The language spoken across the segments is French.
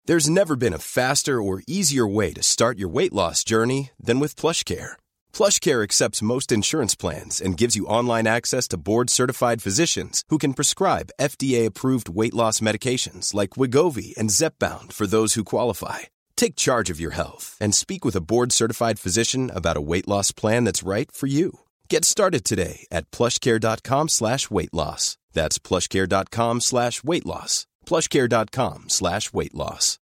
There's never been a faster or easier way to start your weight loss journey than with PlushCare. PlushCare accepts most insurance plans and gives you online access to board-certified physicians who can prescribe FDA-approved weight loss medications like Wegovy and Zepbound for those who qualify. Take charge of your health and speak with a board-certified physician about a weight loss plan that's right for you. Get started today at plushcare.com/weight-loss. That's plushcare.com/weight-loss. plushcare.com/weight-loss.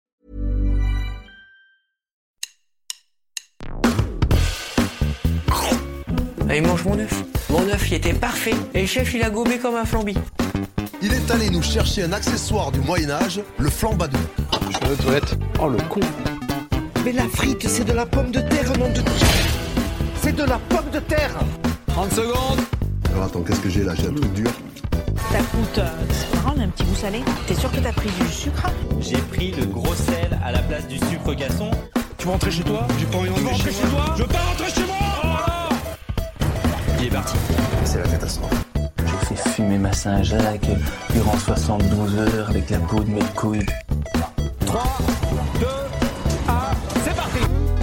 Allez, mange mon œuf. Mon œuf, il était parfait. Et le chef, il a gobé comme un flambi. Il est allé nous chercher un accessoire du Moyen-Âge, le flambadou. Je vais aux toilettes. Oh, le con. Mais la frite, c'est de la pomme de terre, nom de... C'est de la pomme de terre. 30 secondes. Alors attends, qu'est-ce que j'ai là? J'ai un truc dur. Ça coûte, c'est marrant, on a un petit goût salé. T'es sûr que t'as pris du sucre? J'ai pris le gros sel à la place du sucre gasson. Tu veux rentrer chez toi? J'ai pas envie de rentrer chez toi. Je veux pas rentrer chez moi. Il est parti. C'est la catastrophe. J'ai fait fumer ma Saint-Jacques durant 72 heures avec la peau de mes couilles. 3, 2, 1, c'est parti.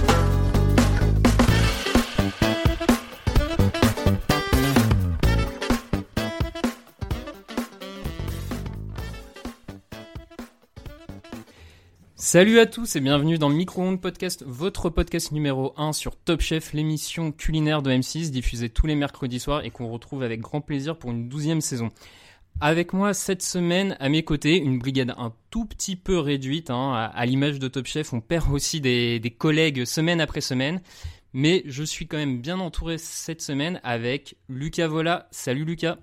Salut à tous et bienvenue dans Micro-ondes Podcast, votre podcast numéro 1 sur Top Chef, l'émission culinaire de M6 diffusée tous les mercredis soirs et qu'on retrouve avec grand plaisir pour une 12e saison. Avec moi cette semaine, à mes côtés, une brigade un tout petit peu réduite, à l'image de Top Chef, on perd aussi des collègues semaine après semaine, mais je suis quand même bien entouré cette semaine avec Lucas Vola. Salut Lucas.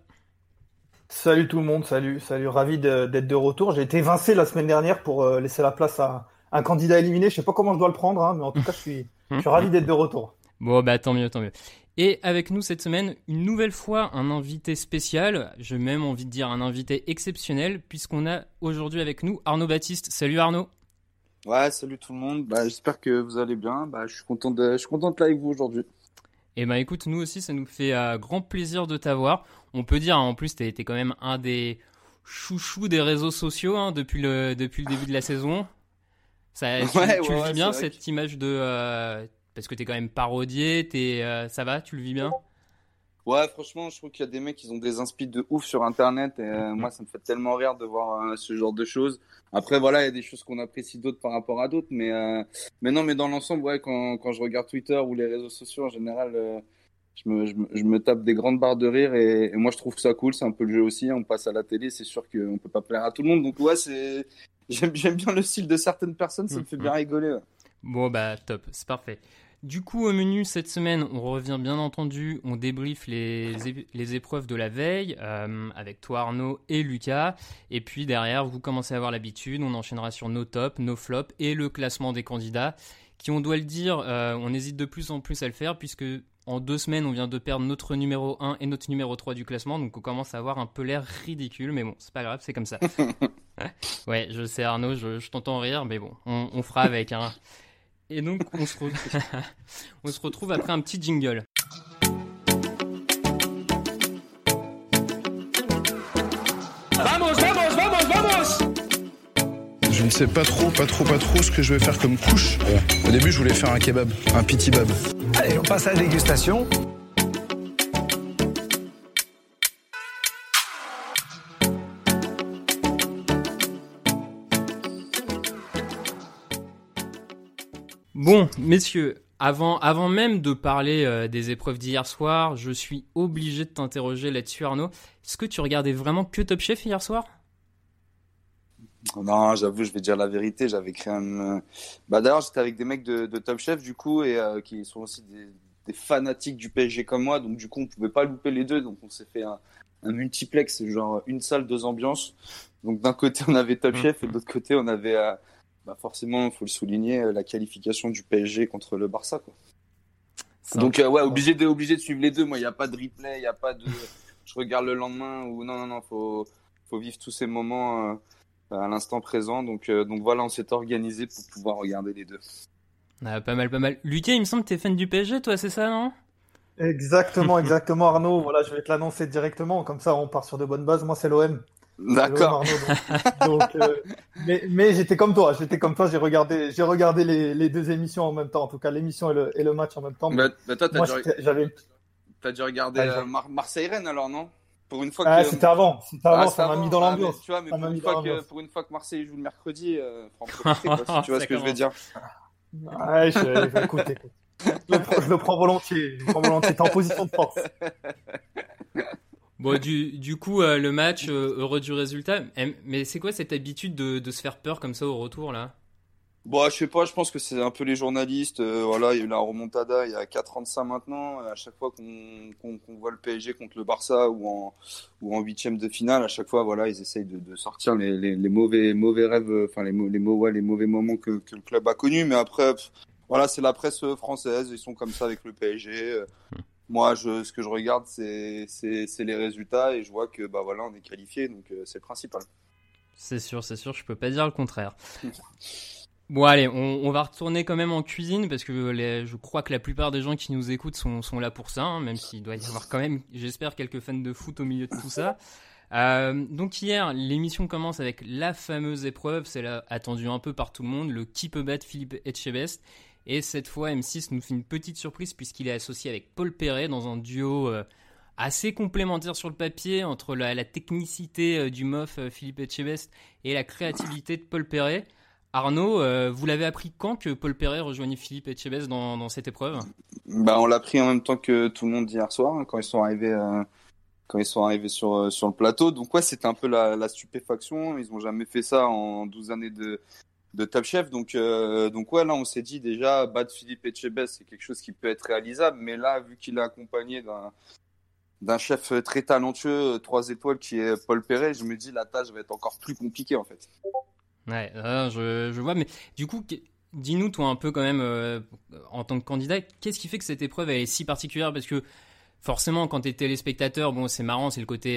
Salut tout le monde, salut, ravi d'être de retour. J'ai été évincé la semaine dernière pour laisser la place à un candidat éliminé. Je sais pas comment je dois le prendre, mais en tout cas, je suis ravi d'être de retour. Bon, bah tant mieux. Et avec nous cette semaine, une nouvelle fois, un invité spécial, j'ai même envie de dire un invité exceptionnel, puisqu'on a aujourd'hui avec nous Arnaud Baptiste. Salut Arnaud. Ouais, salut tout le monde. J'espère que vous allez bien. Je suis content d'être là avec vous aujourd'hui. Eh ben écoute, nous aussi, ça nous fait grand plaisir de t'avoir. On peut dire, en plus, t'es quand même un des chouchous des réseaux sociaux depuis le début de la saison. Tu le vis bien, cette image de... parce que t'es quand même parodié, ça va, tu le vis bien? Ouais, franchement, je trouve qu'il y a des mecs qui ont des inspi de ouf sur Internet. Et moi, ça me fait tellement rire de voir ce genre de choses. Après, voilà, il y a des choses qu'on apprécie d'autres par rapport à d'autres. Mais dans l'ensemble, ouais, quand je regarde Twitter ou les réseaux sociaux, en général... Je me tape des grandes barres de rire et moi je trouve ça cool, c'est un peu le jeu aussi, on passe à la télé, c'est sûr qu'on peut pas plaire à tout le monde, donc ouais, j'aime bien le style de certaines personnes, ça me fait bien rigoler. Ouais. Bon bah top, c'est parfait. Du coup au menu cette semaine, on revient bien entendu, on débriefe les épreuves de la veille avec toi Arnaud et Lucas, et puis derrière vous commencez à avoir l'habitude, on enchaînera sur nos tops, nos flops et le classement des candidats qui, on doit le dire, on hésite de plus en plus à le faire puisque en 2 semaines, on vient de perdre notre numéro 1 et notre numéro 3 du classement, donc on commence à avoir un peu l'air ridicule, mais bon, c'est pas grave, c'est comme ça. Ouais, je sais Arnaud, je t'entends rire, mais bon, on fera avec. Et donc, on se retrouve après un petit jingle. Vamos! Je ne sais pas trop ce que je vais faire comme couche. Au début, je voulais faire un kebab, un pitibab. Allez, on passe à la dégustation. Bon, messieurs, avant même de parler des épreuves d'hier soir, je suis obligé de t'interroger là-dessus, Arnaud. Est-ce que tu regardais vraiment que Top Chef hier soir ? Non, j'avoue, je vais dire la vérité. J'avais créé d'ailleurs, j'étais avec des mecs de Top Chef, du coup, et qui sont aussi des fanatiques du PSG comme moi. Donc, du coup, on pouvait pas louper les deux. Donc, on s'est fait un multiplex, genre une salle, 2 ambiances. Donc, d'un côté, on avait Top Chef et de l'autre côté, on avait, forcément, il faut le souligner, la qualification du PSG contre le Barça, quoi. Donc, obligé de suivre les deux. Moi, il n'y a pas de replay, il n'y a pas de... Je regarde le lendemain ou non, faut vivre tous ces moments... à l'instant présent, donc voilà, on s'est organisé pour pouvoir regarder les deux. Pas mal. Lucas, il me semble que t'es fan du PSG, toi, c'est ça, non ? Exactement, Arnaud. Voilà, je vais te l'annoncer directement, comme ça on part sur de bonnes bases. Moi, c'est l'OM. D'accord. Mais j'étais comme toi, j'ai regardé les deux émissions en même temps, en tout cas l'émission et le match en même temps. Bah, toi, t'as dû regarder Ouais, Marseille-Rennes alors, non? Pour une fois Ah, que... c'était avant, ça m'a mis dans mais l'ambiance. tu vois, mais Ça m'a mis dans l'ambiance. pour une fois que Marseille joue le mercredi, faut en profiter, quoi, si tu vois ce que je veux dire. Ouais, écoute. Je le prends volontiers, t'es en position de force. Bon, du coup, le match, heureux du résultat. Mais c'est quoi cette habitude de se faire peur comme ça au retour, là? Bon, je sais pas, je pense que c'est un peu les journalistes. Voilà, il y a eu la remontada il y a 4 ans de ça maintenant. À chaque fois qu'on voit le PSG contre le Barça ou en huitième de finale, à chaque fois, voilà, ils essayent de sortir les mauvais rêves, enfin les mauvais moments que le club a connus. Mais après, voilà, c'est la presse française, ils sont comme ça avec le PSG. Moi, ce que je regarde, c'est les résultats et je vois que bah voilà, on est qualifié, donc c'est le principal. C'est sûr, je peux pas dire le contraire. Bon, allez, on va retourner quand même en cuisine parce que je crois que la plupart des gens qui nous écoutent sont là pour ça, hein, même s'il doit y avoir quand même, j'espère, quelques fans de foot au milieu de tout ça. Donc hier, l'émission commence avec la fameuse épreuve, celle attendue un peu par tout le monde, le qui peut battre Philippe Etchebest. Et cette fois, M6 nous fait une petite surprise puisqu'il est associé avec Paul Perret dans un duo assez complémentaire sur le papier entre la technicité du MOF Philippe Etchebest et la créativité de Paul Perret. Arnaud, vous l'avez appris quand que Paul Perret rejoignait Philippe Etchebest dans cette épreuve? Bah, on l'a appris en même temps que tout le monde hier soir, hein, quand ils sont arrivés sur le plateau. Donc ouais, c'était un peu la stupéfaction. Ils n'ont jamais fait ça en 12 années de Top Chef. Donc ouais, là on s'est dit déjà, battre Philippe Etchebest, c'est quelque chose qui peut être réalisable. Mais là, vu qu'il est accompagné d'un chef très talentueux, 3 étoiles, qui est Paul Perret, je me dis la tâche va être encore plus compliquée en fait. Ouais, je vois, mais du coup, dis-nous toi un peu quand même, en tant que candidat, qu'est-ce qui fait que cette épreuve elle est si particulière? Parce que forcément, quand t'es téléspectateur, bon, c'est marrant, c'est le côté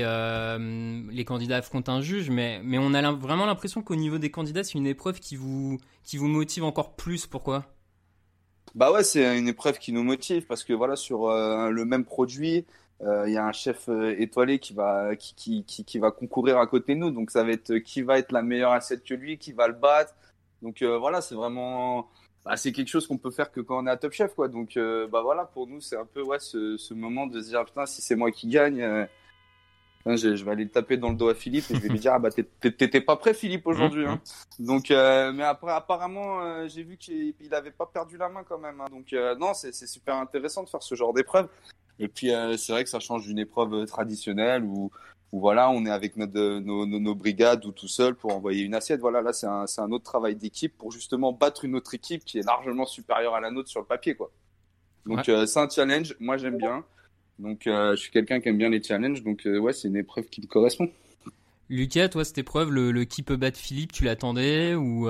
les candidats affrontent un juge, mais on a vraiment l'impression qu'au niveau des candidats, c'est une épreuve qui vous motive encore plus. Pourquoi? Bah ouais, c'est une épreuve qui nous motive parce que voilà, sur le même produit, il y a un chef étoilé qui va concourir à côté de nous. Donc ça va être qui va être la meilleure assiette que lui, qui va le battre. Donc voilà, c'est vraiment c'est quelque chose qu'on peut faire que quand on est à Top Chef, quoi. Donc bah voilà, pour nous c'est un peu ce moment de se dire putain, si c'est moi qui gagne, je vais aller le taper dans le dos à Philippe et je vais lui dire t'étais pas prêt, Philippe, aujourd'hui, hein. Donc mais après apparemment j'ai vu qu'il avait pas perdu la main quand même, hein. Donc non, c'est super intéressant de faire ce genre d'épreuve. Et puis c'est vrai que ça change d'une épreuve traditionnelle où voilà, on est avec nos brigades ou tout seul pour envoyer une assiette. Voilà, là c'est un autre travail d'équipe pour justement battre une autre équipe qui est largement supérieure à la nôtre sur le papier, quoi. Donc c'est un challenge, moi j'aime bien. Donc je suis quelqu'un qui aime bien les challenges, donc ouais, c'est une épreuve qui me correspond. Lucas, toi, cette épreuve, le qui peut battre Philippe, tu l'attendais ou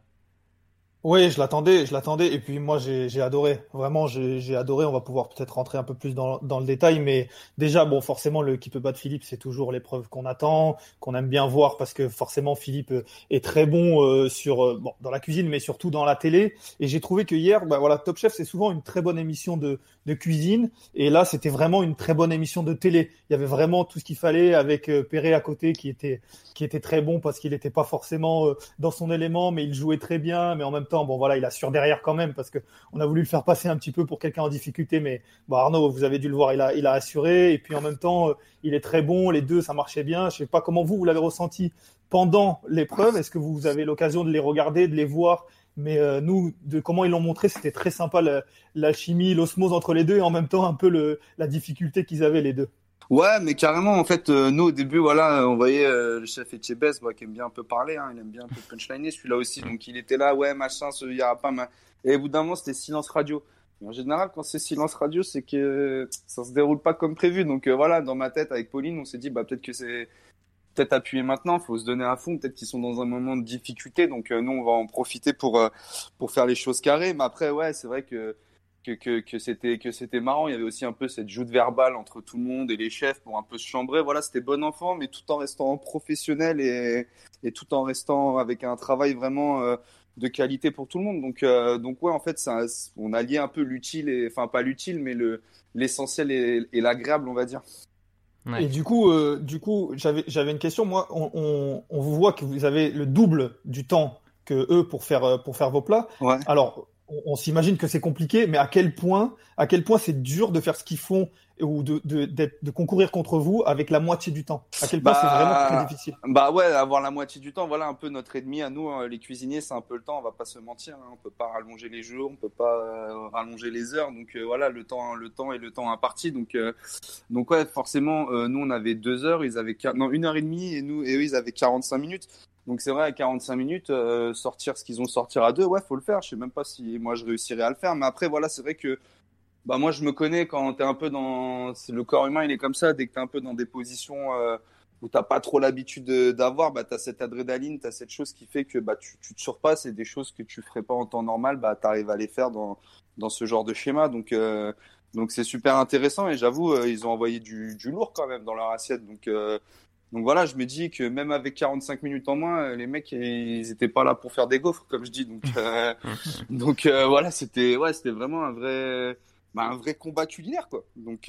Oui, je l'attendais. Et puis moi, j'ai adoré. Vraiment, j'ai adoré. On va pouvoir peut-être rentrer un peu plus dans le détail, mais déjà, bon, forcément, le qui peut battre Philippe, c'est toujours l'épreuve qu'on attend, qu'on aime bien voir, parce que forcément, Philippe est très bon dans la cuisine, mais surtout dans la télé. Et j'ai trouvé que hier, bah voilà, Top Chef, c'est souvent une très bonne émission de cuisine, et là, c'était vraiment une très bonne émission de télé. Il y avait vraiment tout ce qu'il fallait avec Perret à côté, qui était très bon parce qu'il n'était pas forcément dans son élément, mais il jouait très bien, mais en même temps, bon voilà, il assure derrière quand même parce que on a voulu le faire passer un petit peu pour quelqu'un en difficulté, mais bon, Arnaud, vous avez dû le voir, il a assuré, et puis en même temps, il est très bon, les deux, ça marchait bien. Je sais pas comment vous l'avez ressenti pendant l'épreuve. Est-ce que vous avez l'occasion de les regarder, de les voir? Mais nous, de comment ils l'ont montré, c'était très sympa, la chimie, l'osmose entre les deux, et en même temps un peu la difficulté qu'ils avaient les deux. Ouais, mais carrément, en fait, nous, au début, voilà, on voyait le chef Etchebest, qui aime bien un peu parler, hein, il aime bien un peu punchliner, celui-là aussi, donc il était là, ouais, machin, il y aura pas mal. Et au bout d'un moment, c'était silence radio. Et en général, quand c'est silence radio, c'est que ça se déroule pas comme prévu. Donc voilà, dans ma tête, avec Pauline, on s'est dit, bah peut-être que c'est peut-être appuyer maintenant, faut se donner à fond, peut-être qu'ils sont dans un moment de difficulté, donc nous, on va en profiter pour faire les choses carrées. Mais après, ouais, c'est vrai que c'était marrant. Il y avait aussi un peu cette joute verbale entre tout le monde et les chefs pour un peu se chambrer. Voilà, c'était bon enfant, mais tout en restant professionnel et tout en restant avec un travail vraiment de qualité pour tout le monde. Donc ouais, en fait, on a lié un peu l'utile, enfin pas l'utile, mais l'essentiel et l'agréable, on va dire. Et du coup, j'avais une question. Moi, on vous voit que vous avez le double du temps que eux pour faire vos plats. Ouais. Alors, on s'imagine que c'est compliqué, mais à quel point c'est dur de faire ce qu'ils font ou de concourir contre vous avec la moitié du temps. À quel point c'est vraiment très difficile. Bah ouais, avoir la moitié du temps, voilà un peu notre ennemi à nous, les cuisiniers, c'est un peu le temps. On va pas se mentir, hein, on peut pas rallonger les jours, on peut pas rallonger les heures. Donc voilà, le temps et le temps imparti. Donc ouais, forcément, nous on avait 2 heures, ils avaient 1h30 et eux ils avaient 45 minutes. Donc c'est vrai, à 45 minutes, sortir ce qu'ils ont sorti à 2, ouais, faut le faire. Je sais même pas si moi je réussirais à le faire, mais après voilà, c'est vrai que bah moi je me connais quand t'es un peu le corps humain, il est comme ça. Dès que t'es un peu dans des positions où t'as pas trop l'habitude d'avoir, bah t'as cette adrénaline, t'as cette chose qui fait que bah tu te surpasses, et des choses que tu ferais pas en temps normal, bah t'arrives à les faire dans ce genre de schéma. Donc c'est super intéressant, et j'avoue ils ont envoyé du lourd quand même dans leur assiette. Donc voilà, je me dis que même avec 45 minutes en moins, les mecs, ils étaient pas là pour faire des gaufres, comme je dis. Donc voilà, c'était vraiment un vrai combat culinaire, quoi. Donc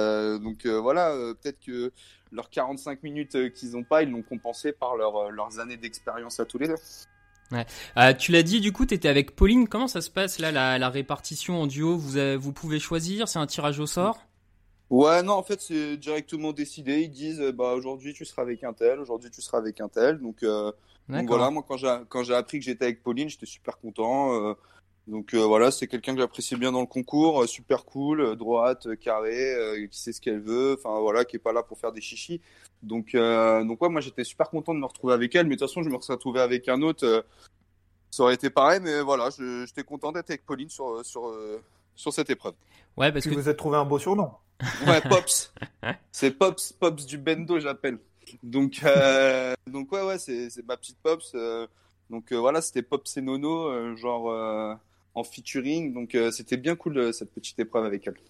voilà, peut-être que leurs 45 minutes qu'ils ont pas, ils l'ont compensé par leurs années d'expérience à tous les deux. Ouais. Tu l'as dit, du coup, tu étais avec Pauline. Comment ça se passe là, la répartition en duo? Vous pouvez choisir, c'est un tirage au sort? Ouais, non, en fait, c'est directement décidé. Ils disent, bah, aujourd'hui, tu seras avec un tel, aujourd'hui, tu seras avec un tel. Donc voilà, moi, quand j'ai appris que j'étais avec Pauline, j'étais super content. Voilà, c'est quelqu'un que j'apprécie bien dans le concours, super cool, droite, carrée, qui sait ce qu'elle veut, enfin voilà, qui est pas là pour faire des chichis. Donc ouais, moi, j'étais super content de me retrouver avec elle, mais de toute façon, je me serais retrouvé avec un autre, ça aurait été pareil, mais voilà, j'étais content d'être avec Pauline sur cette épreuve. Ouais, parce que vous êtes trouvé un beau surnom. Ouais, Pops. C'est Pops du Bendo, j'appelle. Donc ouais, c'est ma petite Pops. Voilà, c'était Pops et Nono, en featuring. Donc c'était bien cool cette petite épreuve avec elle.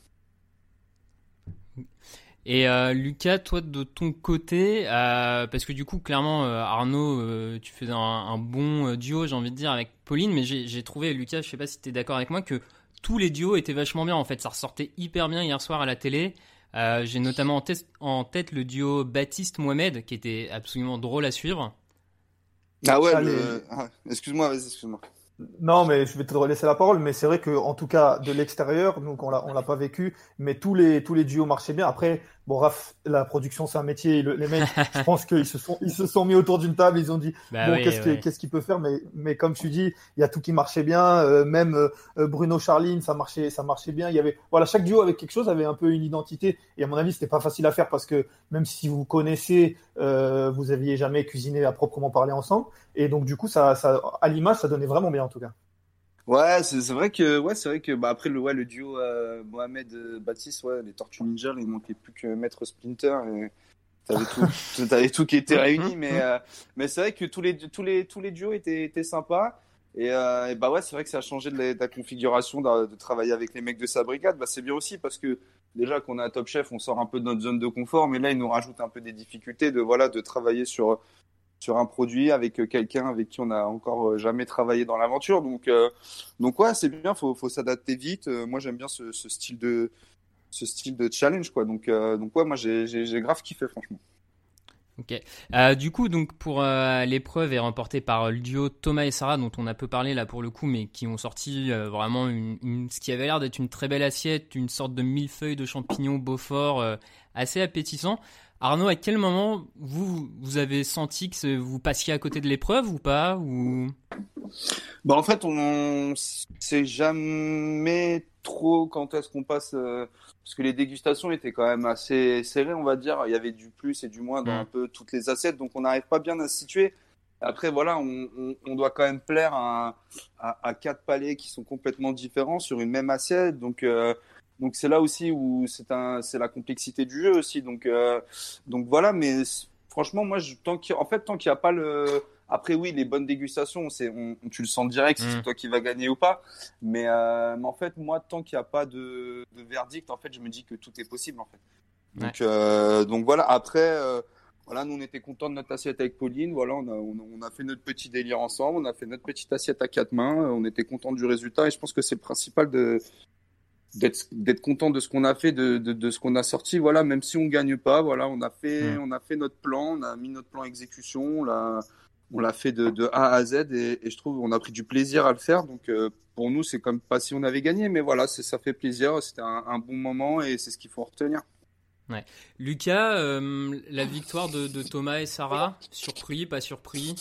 Et Lucas, toi de ton côté, parce que du coup clairement Arnaud, tu faisais un bon duo, j'ai envie de dire, avec Pauline, mais j'ai trouvé, Lucas, je sais pas si t'es d'accord avec moi, que tous les duos étaient vachement bien en fait, ça ressortait hyper bien hier soir à la télé. J'ai notamment en tête le duo Baptiste-Mohamed qui était absolument drôle à suivre. Ah ouais, excuse-moi, vas-y, excuse-moi. Non, mais je vais te laisser la parole, mais c'est vrai que en tout cas de l'extérieur, nous on l'a pas vécu, mais tous les duos marchaient bien. Après, bon, Raph, la production c'est un métier, les mecs, je pense qu'ils se sont mis autour d'une table, ils ont dit qu'est-ce qu'il peut faire, mais comme tu dis, il y a tout qui marchait bien, même Bruno Charline, ça marchait bien. Il y avait chaque duo avec quelque chose, avait un peu une identité, et à mon avis c'était pas facile à faire parce que même si vous connaissez, vous aviez jamais cuisiné à proprement parler ensemble, et donc du coup ça à l'image ça donnait vraiment bien en tout cas. Ouais, c'est vrai que bah après le duo Mohamed Baptiste, ouais, les Tortues Ninja, il manquait plus que Maître Splinter, et t'avais tout qui était réuni, mais c'est vrai que tous les duos étaient sympas, et bah ouais, c'est vrai que ça a changé de la configuration de travailler avec les mecs de sa brigade. Bah c'est bien aussi parce que déjà qu'on est à Top Chef, on sort un peu de notre zone de confort, mais là ils nous rajoutent un peu des difficultés de travailler sur un produit avec quelqu'un avec qui on n'a encore jamais travaillé dans l'aventure. Donc ouais, c'est bien, faut s'adapter vite. Moi, j'aime bien ce style de challenge, quoi. Donc ouais, moi, j'ai grave kiffé, franchement. Ok. Du coup, donc pour l'épreuve est remportée par le duo Thomas et Sarah, dont on a peu parlé là pour le coup, mais qui ont sorti vraiment ce qui avait l'air d'être une très belle assiette, une sorte de millefeuille de champignons Beaufort assez appétissant. Arnaud, à quel moment vous avez senti que vous passiez à côté de l'épreuve ou pas Bah en fait, on sait jamais trop quand est-ce qu'on passe, parce que les dégustations étaient quand même assez serrées, on va dire. Il y avait du plus et du moins dans un peu toutes les assiettes, donc on n'arrive pas bien à se situer. Après, voilà, on doit quand même plaire à 4 palais qui sont complètement différents sur une même assiette, donc c'est là aussi où c'est la complexité du jeu aussi. Donc voilà, mais franchement, moi, tant qu'il n'y a pas le... Après, oui, les bonnes dégustations, tu le sens direct si c'est toi qui vas gagner ou pas. Mais en fait, moi, tant qu'il n'y a pas de verdict, en fait, je me dis que tout est possible, en fait. Donc voilà, après... Voilà, nous on était contents de notre assiette avec Pauline. Voilà, on a fait notre petit délire ensemble, on a fait notre petite assiette à 4 mains. On était contents du résultat et je pense que c'est le principal d'être content de ce qu'on a fait, de ce qu'on a sorti. Voilà, même si on gagne pas, voilà, on a fait notre plan, on a mis notre plan exécution, on l'a fait de A à Z et je trouve on a pris du plaisir à le faire. Donc pour nous, c'est comme pas si on avait gagné, mais voilà, ça fait plaisir. C'était un bon moment et c'est ce qu'il faut retenir. Ouais. Lucas, la victoire de Thomas et Sarah, surpris, pas surpris?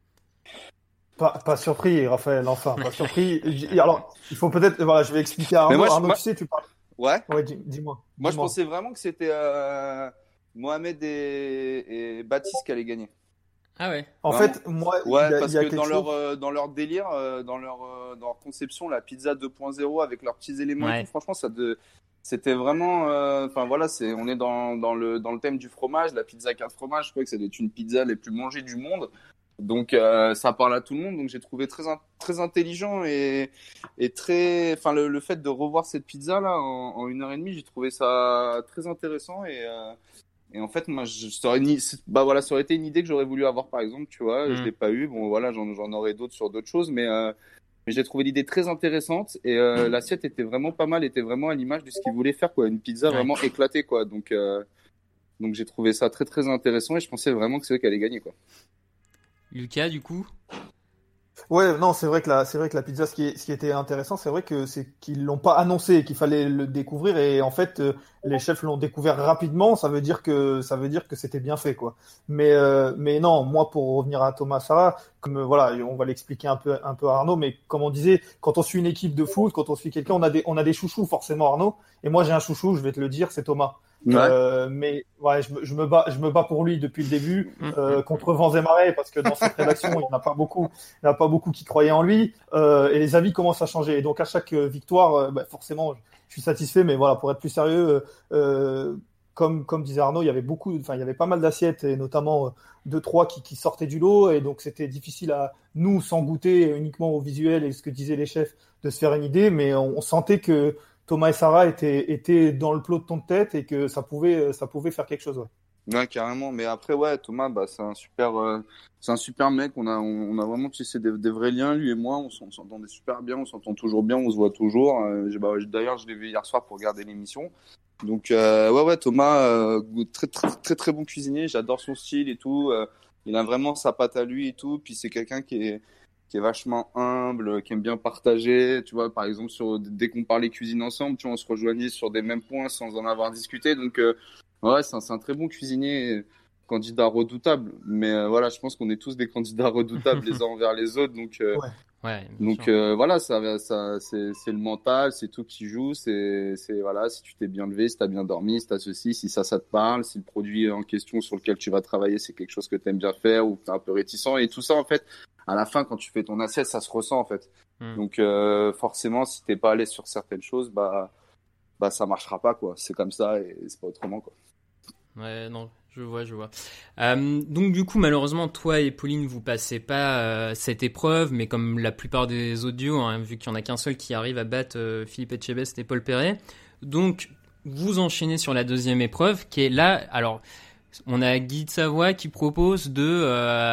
Pas surpris, Raphaël, enfin, pas surpris. Alors, il faut peut-être, voilà, je vais expliquer à Arnaud. Arnaud, tu sais, tu parles. Ouais. Ouais, dis-moi. Moi, je pensais vraiment que c'était Mohamed et Baptiste qui allaient gagner. Ah ouais. En fait, moi, parce que dans leur délire, dans leur conception, la pizza 2.0 avec leurs petits éléments, et tout, franchement, c'était vraiment, enfin voilà, on est dans le thème du fromage, la pizza 4 fromages. Je crois que ça doit être une pizza les plus mangées du monde. Donc ça parle à tout le monde, donc j'ai trouvé très intelligent et très, enfin le fait de revoir cette pizza là en 1h30, j'ai trouvé ça très intéressant et en fait moi ça aurait été une idée que j'aurais voulu avoir par exemple, tu vois, je l'ai pas eu, bon voilà, j'en aurais d'autres sur d'autres choses, mais j'ai trouvé l'idée très intéressante et l'assiette était vraiment pas mal, était vraiment à l'image de ce qu'ils voulaient faire, quoi, une pizza vraiment éclatée, quoi, donc j'ai trouvé ça très très intéressant et je pensais vraiment que c'est eux qui allaient gagner, quoi. Lucas, du coup? Ouais, non, c'est vrai que la pizza, ce qui était intéressant, c'est vrai que c'est qu'ils l'ont pas annoncé, qu'il fallait le découvrir et en fait, les chefs l'ont découvert rapidement. Ça veut dire que c'était bien fait, quoi. Mais non, moi, pour revenir à Thomas Sarah, comme voilà, on va l'expliquer un peu à Arnaud, mais comme on disait, quand on suit une équipe de foot, quand on suit quelqu'un, on a des chouchous forcément, Arnaud. Et moi, j'ai un chouchou, je vais te le dire, c'est Thomas. Ouais. Mais ouais, je me bats pour lui depuis le début, contre vents et marées, parce que dans cette rédaction, il n'y en a pas beaucoup qui croyaient en lui, et les avis commencent à changer. Et donc à chaque victoire, forcément, je suis satisfait, mais voilà, pour être plus sérieux, comme disait Arnaud, il y avait pas mal d'assiettes, et notamment 2-3 qui sortaient du lot, et donc c'était difficile à nous, sans goûter uniquement au visuel et ce que disaient les chefs, de se faire une idée, mais on sentait que Thomas et Sarah étaient dans le peloton de tête et que ça pouvait faire quelque chose. Ouais, carrément. Mais après, ouais, Thomas, c'est un super mec. On a vraiment tissé des vrais liens, lui et moi. On s'entendait super bien, on s'entend toujours bien, on se voit toujours. D'ailleurs, je l'ai vu hier soir pour regarder l'émission. Donc, ouais, Thomas, très, très, très, très bon cuisinier. J'adore son style et tout. Il a vraiment sa patte à lui et tout. Puis c'est quelqu'un qui est vachement humble, qui aime bien partager, tu vois, par exemple, dès qu'on parlait cuisine ensemble, tu vois, on se rejoignait sur des mêmes points sans en avoir discuté, donc ouais, c'est un très bon cuisinier, candidat redoutable, mais voilà, je pense qu'on est tous des candidats redoutables les uns envers les autres, donc voilà, c'est le mental, c'est tout qui joue, c'est voilà, si tu t'es bien levé, si t'as bien dormi, si t'as ceci, si ça te parle, si le produit en question sur lequel tu vas travailler, c'est quelque chose que t'aimes bien faire ou que t'es un peu réticent, et tout ça, en fait, à la fin, quand tu fais ton assiette, ça se ressent, en fait. Donc, forcément, si t'es pas à l'aise sur certaines choses, ça marchera pas, quoi. C'est comme ça et c'est pas autrement, quoi. Ouais, non, je vois. Donc, du coup, malheureusement, toi et Pauline, vous passez pas cette épreuve, mais comme la plupart des autres duos, hein, vu qu'il y en a qu'un seul qui arrive à battre Philippe Etchebest et Paul Perret. Donc, vous enchaînez sur la deuxième épreuve, qui est là, alors... On a Guy de Savoie qui propose de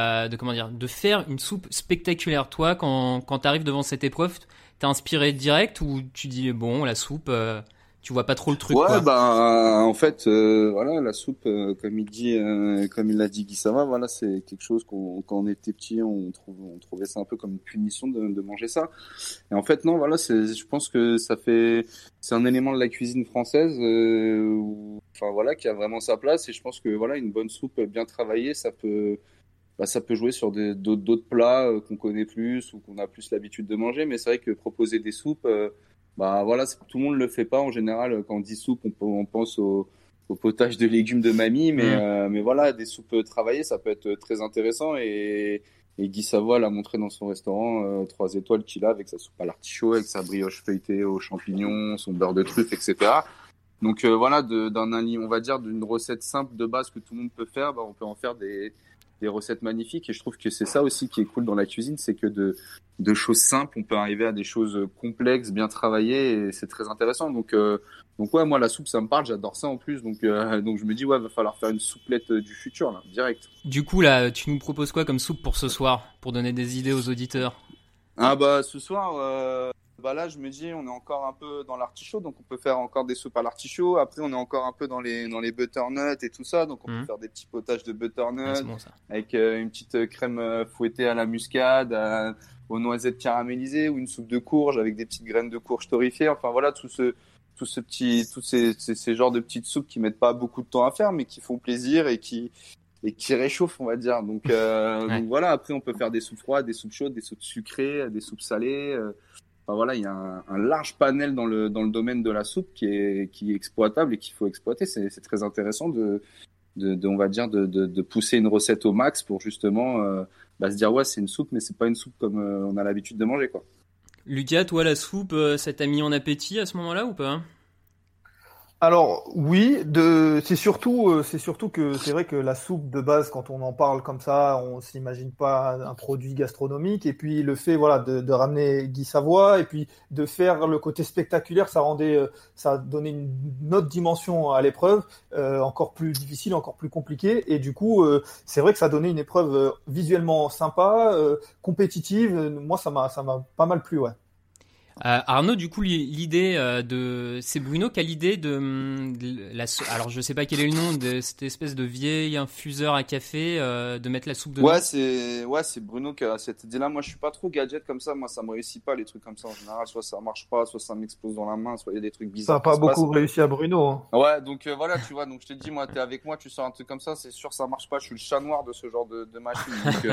faire une soupe spectaculaire. Toi, quand t'arrives devant cette épreuve, t'es inspiré direct ou tu dis bon, la soupe, tu vois pas trop le truc? Ouais, en fait, voilà, la soupe, comme il l'a dit Guy Savoie, voilà, c'est quelque chose quand on était petit, on trouvait ça un peu comme une punition de manger ça. Et en fait, non, voilà, je pense que c'est un élément de la cuisine française, enfin voilà, qui a vraiment sa place. Et je pense que voilà, une bonne soupe bien travaillée, ça peut jouer sur d'autres plats qu'on connaît plus ou qu'on a plus l'habitude de manger. Mais c'est vrai que proposer des soupes, voilà, tout le monde le fait pas en général. Quand on dit soupe, on pense au potage de légumes de mamie, mais voilà, des soupes travaillées, ça peut être très intéressant. Et Guy Savoie l'a montré dans son restaurant 3 étoiles qu'il a avec sa soupe à l'artichaut, avec sa brioche feuilletée aux champignons, son beurre de truffe, etc. Donc voilà, on va dire d'une recette simple de base que tout le monde peut faire, on peut en faire des recettes magnifiques. Et je trouve que c'est ça aussi qui est cool dans la cuisine, c'est que de choses simples, on peut arriver à des choses complexes, bien travaillées, et c'est très intéressant. Donc ouais, moi la soupe ça me parle, j'adore ça en plus. Donc je me dis ouais, va falloir faire une souplette du futur là, direct. Du coup là, tu nous proposes quoi comme soupe pour ce soir, pour donner des idées aux auditeurs? Ce soir, bah là, je me dis, on est encore un peu dans l'artichaut, donc on peut faire encore des soupes à l'artichaut. Après, on est encore un peu dans les butternuts et tout ça, donc on peut faire des petits potages de butternut bon, ça. avec une petite crème fouettée à la muscade, aux noisettes caramélisées, ou une soupe de courge avec des petites graines de courge torréfiées. Enfin voilà, tous ces genres de petites soupes qui mettent pas beaucoup de temps à faire, mais qui font plaisir et qui réchauffent, on va dire. Donc donc voilà, après on peut faire des soupes froides, des soupes chaudes, des soupes sucrées, des soupes salées. Enfin voilà, il y a un large panel dans le domaine de la soupe qui est exploitable et qu'il faut exploiter. C'est très intéressant on va dire de pousser une recette au max pour justement se dire ouais, c'est une soupe, mais c'est pas une soupe comme on a l'habitude de manger, quoi. Lucas, toi, la soupe, ça t'a mis en appétit à ce moment-là ou pas? Alors oui, c'est surtout que c'est vrai que la soupe de base, quand on en parle comme ça, on s'imagine pas un produit gastronomique, et puis le fait de ramener Guy Savoy et puis de faire le côté spectaculaire, ça donnait une autre dimension à l'épreuve, encore plus difficile, encore plus compliquée, et du coup c'est vrai que ça donnait une épreuve visuellement sympa, compétitive. Moi ça m'a pas mal plu, ouais. Arnaud, du coup, l'idée c'est Bruno qui a l'idée alors je sais pas quel est le nom de cette espèce de vieil infuseur à café, de mettre la soupe dedans. Ouais, c'est Bruno qui a cette idée-là. Moi, je suis pas trop gadget comme ça. Moi, ça me réussit pas, les trucs comme ça en général. Soit ça marche pas, soit ça m'explose dans la main, soit il y a des trucs bizarres. Ça a pas beaucoup réussi à Bruno, hein. Ouais, donc voilà, tu vois. Donc je te dis, moi, t'es avec moi, tu sors un truc comme ça, c'est sûr ça marche pas. Je suis le chat noir de ce genre de machine.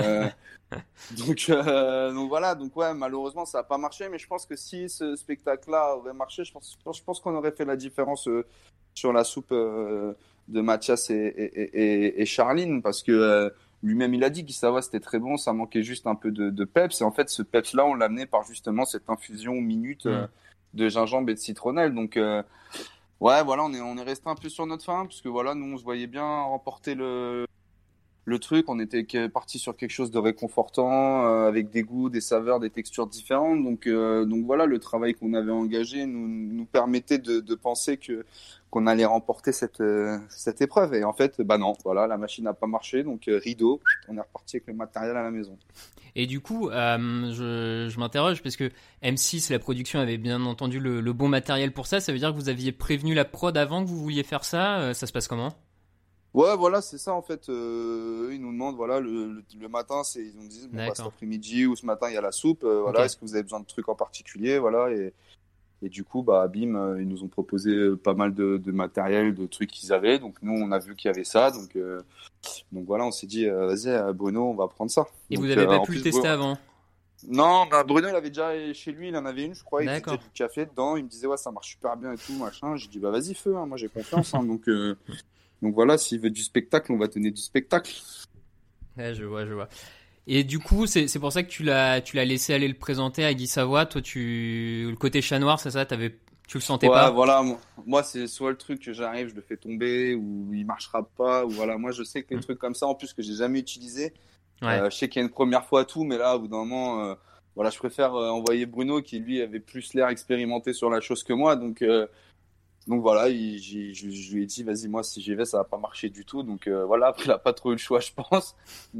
Donc voilà. Donc ouais, malheureusement, ça a pas marché. Mais je pense que si ce spectacle-là aurait marché, je pense qu'on aurait fait la différence sur la soupe de Mathias et Charline, parce que lui-même il a dit que ça va, c'était très bon, ça manquait juste un peu de peps, et en fait ce peps-là on l'a amené par justement cette infusion minute de gingembre et de citronnelle. Donc ouais, voilà, on est resté un peu sur notre faim, parce que voilà, nous on se voyait bien remporter le truc, on était parti sur quelque chose de réconfortant, avec des goûts, des saveurs, des textures différentes. Donc voilà, le travail qu'on avait engagé nous permettait de penser qu'on allait remporter cette épreuve. Et en fait, non, voilà, la machine n'a pas marché, donc rideau, on est reparti avec le matériel à la maison. Et du coup, je m'interroge, parce que M6, la production, avait bien entendu le bon matériel pour ça. Ça veut dire que vous aviez prévenu la prod avant que vous vouliez faire ça? Ça se passe comment? Ouais, voilà, c'est ça en fait. Ils nous demandent, voilà, le matin, ils nous disent, cet après-midi ou ce matin, il y a la soupe. Voilà, okay. Est-ce que vous avez besoin de trucs en particulier, voilà. Et du coup, bim, ils nous ont proposé pas mal de matériel, de trucs qu'ils avaient. Donc nous, on a vu qu'il y avait ça. Donc voilà, on s'est dit, vas-y, Bruno, on va prendre ça. Et donc, vous n'avez pas pu le tester avant? Non, Bruno, il avait déjà chez lui, il en avait une, je crois. Il faisait du café dedans. Il me disait, ouais, ça marche super bien et tout, machin. J'ai dit, vas-y, feu, hein, moi j'ai confiance. Hein, donc voilà, s'il veut du spectacle, on va donner du spectacle. Ouais, je vois. Et du coup, c'est pour ça que tu l'as laissé aller le présenter à Guy Savoy. Toi, le côté chat noir, c'est ça, tu le sentais pas? Ouais, voilà. Moi, c'est soit le truc que j'arrive, je le fais tomber, ou il marchera pas, ou voilà. Moi, je sais que les trucs comme ça, en plus que j'ai jamais utilisé. Je sais qu'il y a une première fois tout, mais là, au bout d'un moment, voilà, je préfère envoyer Bruno, qui lui avait plus l'air expérimenté sur la chose que moi, donc voilà, je lui ai dit, vas-y, moi, si j'y vais, ça va pas marcher du tout. Donc voilà, après, il a pas trop eu le choix, je pense.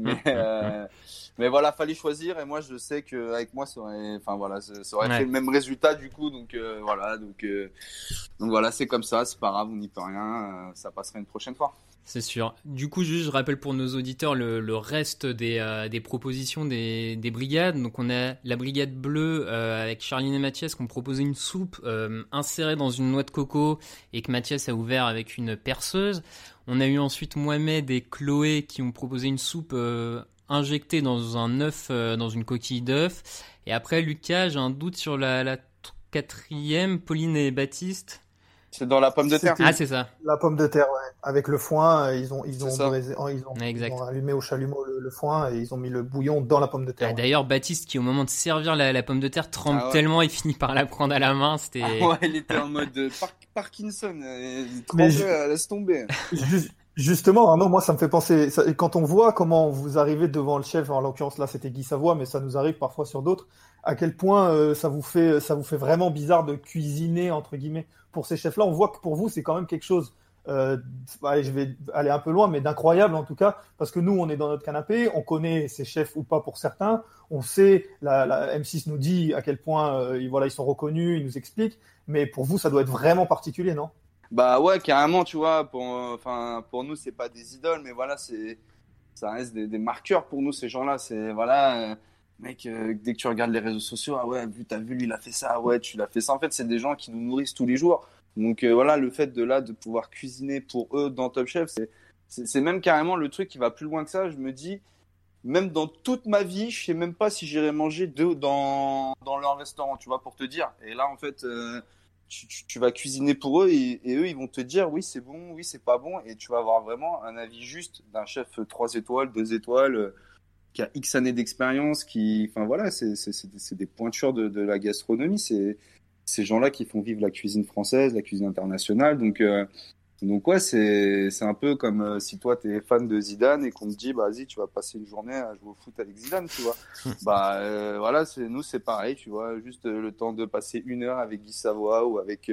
Mais voilà, fallait choisir. Et moi, je sais qu'avec moi, ça aurait fait le même résultat, du coup. Donc voilà, c'est comme ça, c'est pas grave, on n'y peut rien. Ça passera une prochaine fois. C'est sûr. Du coup, juste, je rappelle pour nos auditeurs le reste des propositions des brigades. Donc, on a la brigade bleue avec Charline et Mathias qui ont proposé une soupe insérée dans une noix de coco et que Mathias a ouvert avec une perceuse. On a eu ensuite Mohamed et Chloé qui ont proposé une soupe injectée dans un œuf, dans une coquille d'œuf. Et après, Lucas, j'ai un doute sur la quatrième, Pauline et Baptiste. C'est dans la pomme de terre. Ah, c'est ça. La pomme de terre, ouais. Avec le foin, ils ont allumé au chalumeau le foin et ils ont mis le bouillon dans la pomme de terre. Ah, d'ailleurs, Baptiste, qui au moment de servir la pomme de terre, tremble tellement, il finit par la prendre à la main. Il était en mode Parkinson. Il tremblait, laisse tomber. Justement, Arnaud, moi, ça me fait penser, quand on voit comment vous arrivez devant le chef, en l'occurrence là, c'était Guy Savoy, mais ça nous arrive parfois sur d'autres, à quel point ça vous fait vraiment bizarre de cuisiner, entre guillemets, pour ces chefs-là. On voit que pour vous, c'est quand même quelque chose je vais aller un peu loin, mais d'incroyable en tout cas, parce que nous, on est dans notre canapé, on connaît ces chefs ou pas pour certains, on sait, la M6 nous dit à quel point ils sont reconnus, ils nous expliquent, mais pour vous, ça doit être vraiment particulier, non? Bah ouais, carrément, tu vois, pour nous, c'est pas des idoles, mais voilà, ça reste des marqueurs pour nous, ces gens-là. C'est, voilà, mec, dès que tu regardes les réseaux sociaux, ah ouais, t'as vu, lui, il a fait ça, ah ouais, tu l'as fait ça. En fait, c'est des gens qui nous nourrissent tous les jours. Donc voilà, le fait de pouvoir cuisiner pour eux dans Top Chef, c'est même carrément le truc qui va plus loin que ça. Je me dis, même dans toute ma vie, je sais même pas si j'irai manger dans leur restaurant, tu vois, pour te dire. Et là, en fait, tu vas cuisiner pour eux et eux, ils vont te dire, oui, c'est bon, oui, c'est pas bon. Et tu vas avoir vraiment un avis juste d'un chef 3 étoiles, 2 étoiles, qui a X années d'expérience, enfin voilà, c'est des pointures de la gastronomie. C'est ces gens-là qui font vivre la cuisine française, la cuisine internationale. Donc ouais, c'est un peu comme si toi t'es fan de Zidane et qu'on te dit bah vas-y, tu vas passer une journée à jouer au foot avec Zidane, tu vois. Voilà, nous c'est pareil, tu vois, juste le temps de passer 1 heure avec Guy Savoy ou avec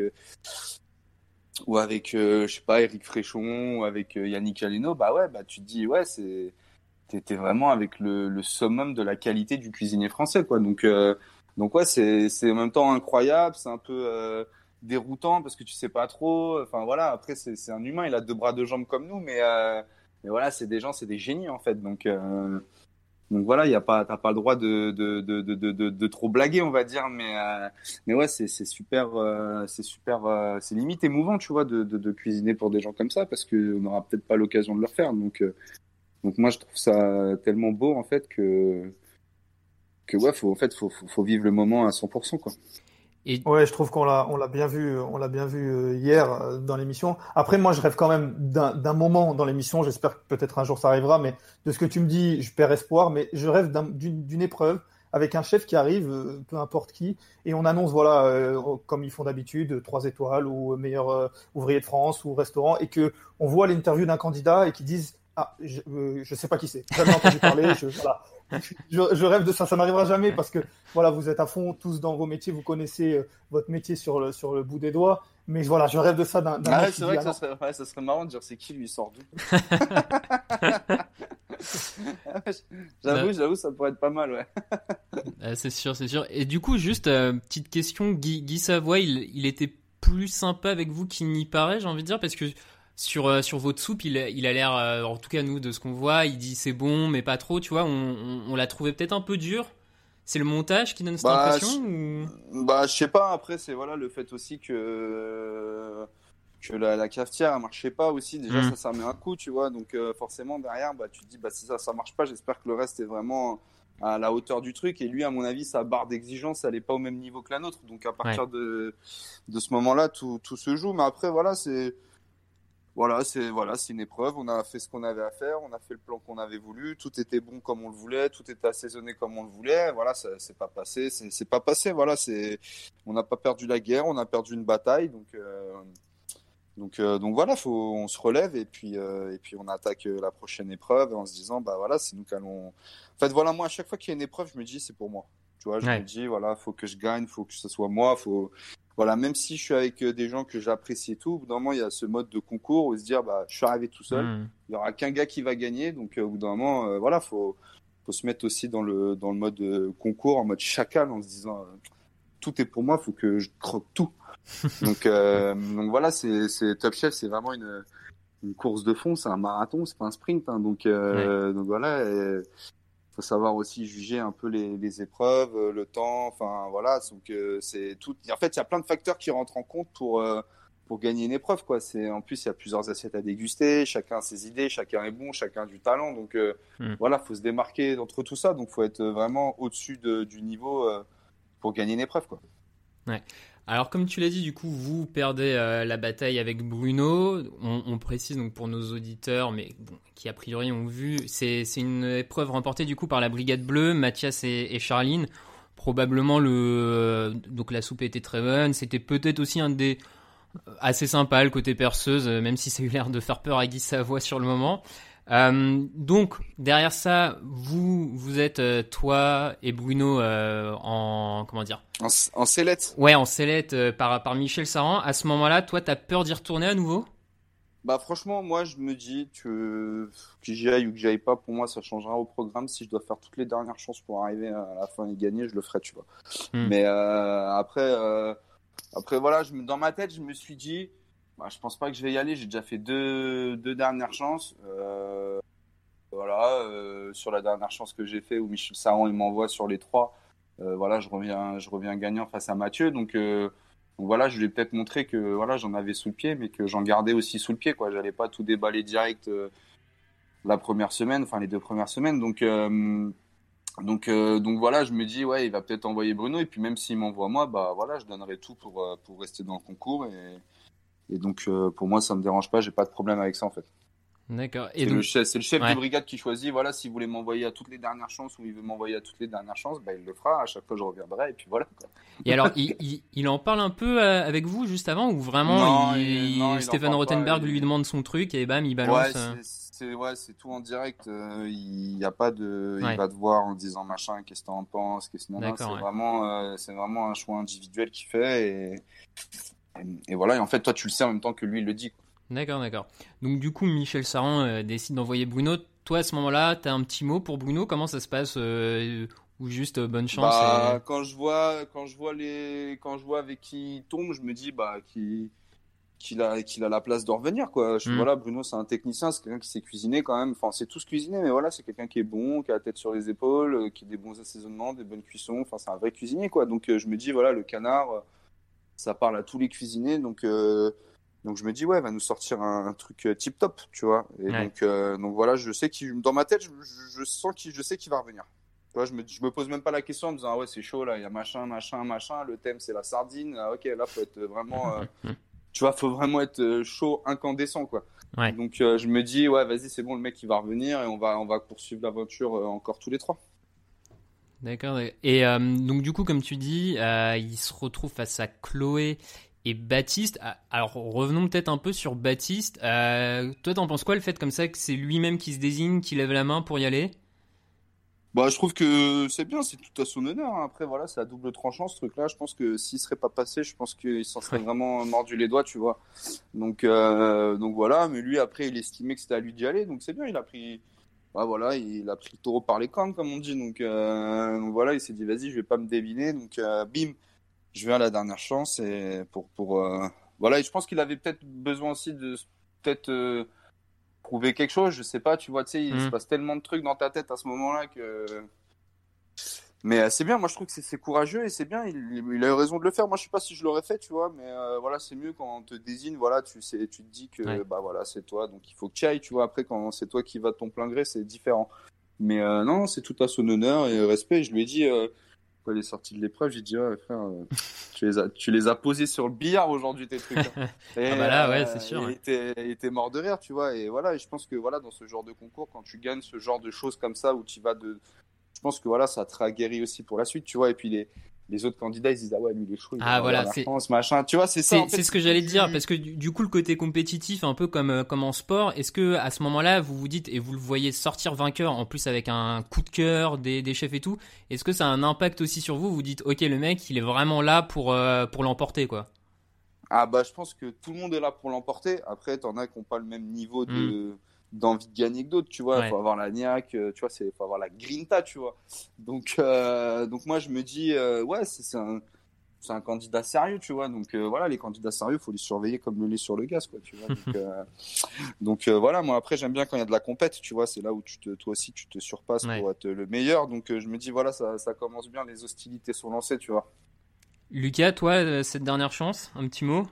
je sais pas, Éric Fréchon ou avec Yannick Aleno, bah ouais, bah tu te dis ouais, t'es vraiment avec le summum de la qualité du cuisinier français, quoi. Donc ouais, c'est en même temps incroyable, c'est un peu déroutant parce que tu sais pas trop. Enfin voilà, après c'est un humain, il a 2 bras 2 jambes comme nous, mais voilà, c'est des génies en fait. Donc voilà, t'as pas le droit de trop blaguer, on va dire, mais ouais, c'est super, c'est limite émouvant, tu vois, de cuisiner pour des gens comme ça parce que on n'aura peut-être pas l'occasion de le faire. Donc moi je trouve ça tellement beau en fait que ouais, faut vivre le moment à 100%, quoi. Ouais, je trouve qu'on l'a bien vu hier dans l'émission. Après, moi, je rêve quand même d'un moment dans l'émission. J'espère que peut-être un jour ça arrivera, mais de ce que tu me dis, je perds espoir. Mais je rêve d'une épreuve avec un chef qui arrive, peu importe qui, et on annonce, voilà, comme ils font d'habitude, 3 étoiles ou meilleur ouvrier de France ou restaurant, et que on voit l'interview d'un candidat et qu'ils disent ah, je sais pas qui c'est, jamais entendu parler. Voilà. Je rêve de ça, ça n'arrivera jamais parce que voilà, vous êtes à fond tous dans vos métiers, vous connaissez votre métier sur le bout des doigts, mais voilà, je rêve de ça d'un Ah ouais, c'est vrai que ça serait marrant de dire c'est qui lui, il sort d'où. J'avoue, ça pourrait être pas mal, ouais. C'est sûr. Et du coup, juste petite question, Guy Savoy, il était plus sympa avec vous qu'il n'y paraît, j'ai envie de dire, parce que sur votre soupe, il a l'air, en tout cas nous, de ce qu'on voit, il dit c'est bon, mais pas trop, tu vois, on l'a trouvé peut-être un peu dur. C'est le montage qui donne cette impression ou... je sais pas, après c'est voilà, le fait aussi que la cafetière elle marchait pas aussi, déjà ça met un coup, tu vois, donc forcément derrière, tu te dis si ça marche pas, j'espère que le reste est vraiment à la hauteur du truc, et lui à mon avis sa barre d'exigence elle est pas au même niveau que la nôtre, donc à partir de ce moment-là tout se joue, mais après voilà, c'est une épreuve. On a fait ce qu'on avait à faire, on a fait le plan qu'on avait voulu, tout était bon comme on le voulait, tout était assaisonné comme on le voulait. Voilà, ça c'est pas passé, c'est pas passé. Voilà, on n'a pas perdu la guerre, on a perdu une bataille. Donc voilà, on se relève et puis on attaque la prochaine épreuve en se disant voilà, c'est nous qu'allons. En fait voilà, moi à chaque fois qu'il y a une épreuve, je me dis c'est pour moi. Tu vois, je me dis voilà, faut que je gagne, faut que ce soit moi, Voilà, même si je suis avec des gens que j'apprécie et tout, au bout d'un moment, il y a ce mode de concours où se dire, je suis arrivé tout seul, il y aura qu'un gars qui va gagner, donc au bout d'un moment, voilà, faut se mettre aussi dans le mode concours, en mode chacal, en se disant, tout est pour moi, faut que je croque tout. donc voilà, c'est Top Chef, c'est vraiment une course de fond, c'est un marathon, c'est pas un sprint, hein, donc voilà. Faut savoir aussi juger un peu les épreuves, le temps, enfin voilà, donc c'est tout. En fait, il y a plein de facteurs qui rentrent en compte pour gagner une épreuve, quoi. En plus il y a plusieurs assiettes à déguster, chacun a ses idées, chacun est bon, chacun a du talent, donc voilà, faut se démarquer entre tout ça, donc faut être vraiment au-dessus du niveau pour gagner une épreuve, quoi. Ouais. Alors comme tu l'as dit, du coup, vous perdez la bataille avec Bruno. On précise donc pour nos auditeurs, mais bon, qui a priori ont vu, c'est une épreuve remportée du coup par la Brigade Bleue, Mathias et Charline. Probablement donc la soupe était très bonne. C'était peut-être aussi un des assez sympa le côté perceuse, même si ça a eu l'air de faire peur à Guy Savoy sur le moment. Donc derrière ça, vous êtes toi et Bruno en comment dire, en sellette. Ouais, en sellette par Michel Saran. À ce moment-là, toi, t'as peur d'y retourner à nouveau? Bah franchement, moi je me dis que j'y aille ou que j'y aille pas, pour moi ça changera au programme. Si je dois faire toutes les dernières chances pour arriver à la fin et gagner, je le ferai, tu vois. Mais après voilà, dans ma tête, je me suis dit, bah, je pense pas que je vais y aller. J'ai déjà fait deux dernières chances. Voilà, sur la dernière chance que j'ai fait où Michel Saran il m'envoie sur les 3. Voilà, je reviens gagnant face à Mathieu. Donc voilà, je lui ai peut-être montré que voilà, j'en avais sous le pied, mais que j'en gardais aussi sous le pied, quoi. J'allais pas tout déballer direct la première semaine, enfin les 2 premières semaines. Donc voilà, je me dis ouais, il va peut-être envoyer Bruno, et puis même s'il m'envoie moi, bah voilà, je donnerai tout pour rester dans le concours, et donc pour moi ça me dérange pas, j'ai pas de problème avec ça en fait. D'accord. Et c'est le chef de brigade qui choisit. Voilà, s'il voulait m'envoyer à toutes les dernières chances ou il veut m'envoyer à toutes les dernières chances, bah, il le fera. À chaque fois, je reviendrai et puis voilà, quoi. Et alors, il en parle un peu avec vous juste avant, ou vraiment Stéphane Rothenberg lui demande son truc et bam, il balance. C'est tout en direct. Il y a pas de. Il va te voir en disant machin, qu'est-ce que t'en penses, c'est vraiment un choix individuel qu'il fait, et voilà. Et en fait, toi, tu le sais en même temps que lui, il le dit, quoi. D'accord. Donc du coup, Michel Saran décide d'envoyer Bruno. Toi, à ce moment-là, t'as un petit mot pour Bruno? Comment ça se passe, ou juste bonne chance? Quand je vois avec qui il tombe, je me dis qu'il a la place de revenir, quoi. Voilà, Bruno, c'est un technicien, c'est quelqu'un qui sait cuisiner quand même. Enfin, c'est tous cuisiner, mais voilà, c'est quelqu'un qui est bon, qui a la tête sur les épaules, qui a des bons assaisonnements, des bonnes cuissons. Enfin, c'est un vrai cuisinier, quoi. Donc je me dis voilà, le canard, ça parle à tous les cuisiniers, donc je me dis ouais, il va nous sortir un truc tip top, tu vois. Et donc voilà, je sais dans ma tête, je sais qu'il va revenir. Tu vois, je me pose même pas la question en me disant ah ouais, c'est chaud là, il y a machin, le thème c'est la sardine. Ah, OK, là faut être vraiment tu vois, faut vraiment être chaud, incandescent, quoi. Ouais. Donc je me dis ouais, vas-y, c'est bon, le mec il va revenir et on va poursuivre l'aventure encore tous les 3. D'accord. Et donc du coup, comme tu dis, il se retrouve face à Chloé et Baptiste. Alors revenons peut-être un peu sur Baptiste. Toi, t'en penses quoi, le fait comme ça que c'est lui-même qui se désigne, qui lève la main pour y aller? Bah, je trouve que c'est bien, c'est tout à son honneur, hein. Après, voilà, c'est à double tranchant, ce truc-là. Je pense que s'il serait pas passé, je pense qu'il s'en serait vraiment mordu les doigts, tu vois. Donc voilà. Mais lui, après, il estimait que c'était à lui d'y aller. Donc c'est bien, il a pris le taureau par les cornes, comme on dit. Donc voilà, il s'est dit, vas-y, je vais pas me déviner. Donc bim, je vais à la dernière chance, et voilà. Et je pense qu'il avait peut-être besoin aussi de prouver quelque chose, je sais pas, tu vois, tu sais, il se passe tellement de trucs dans ta tête à ce moment-là que. Mais c'est bien, moi je trouve que c'est courageux et c'est bien, il a eu raison de le faire. Moi je sais pas si je l'aurais fait, tu vois, mais voilà, c'est mieux quand on te désigne, voilà, tu te dis que bah voilà, c'est toi, donc il faut que tu ailles, tu vois. Après, quand c'est toi qui vas de ton plein gré, c'est différent. Mais non, c'est tout à son honneur et respect. Je lui ai dit, quand il est sorti de l'épreuve, j'ai dit, ouais, frère, tu les as posés sur le billard aujourd'hui, tes trucs. Et, ah bah là, ouais, c'est sûr. Il était mort de rire, tu vois. Et voilà, et je pense que voilà, dans ce genre de concours, quand tu gagnes ce genre de choses comme ça, où tu vas je pense que voilà, ça te raguerrit aussi pour la suite, tu vois. Et puis les autres candidats, ils disent, ah ouais, lui, il est chaud. Voilà, c'est France, machin. Tu vois, c'est ça. C'est ce que j'allais te dire, parce que du coup, le côté compétitif, un peu comme en sport, est-ce que à ce moment-là, vous vous dites, et vous le voyez sortir vainqueur, en plus avec un coup de cœur des chefs et tout, est-ce que ça a un impact aussi sur vous? Vous dites, ok, le mec, il est vraiment là pour l'emporter, quoi. Ah bah, je pense que tout le monde est là pour l'emporter. Après, t'en as qui n'ont pas le même niveau d'envie de gagner que d'autres, tu vois. Faut avoir la niaque, tu vois, faut avoir la grinta, tu vois. Donc moi, je me dis, ouais, c'est un candidat sérieux, tu vois. Donc voilà, les candidats sérieux, faut les surveiller comme le lait sur le gaz, quoi, tu vois. Donc voilà, moi après, j'aime bien quand il y a de la compète, tu vois. C'est là où toi aussi, tu te surpasses pour être le meilleur. Donc je me dis, voilà, ça commence bien, les hostilités sont lancées, tu vois. Lucas, toi, cette dernière chance, un petit mot?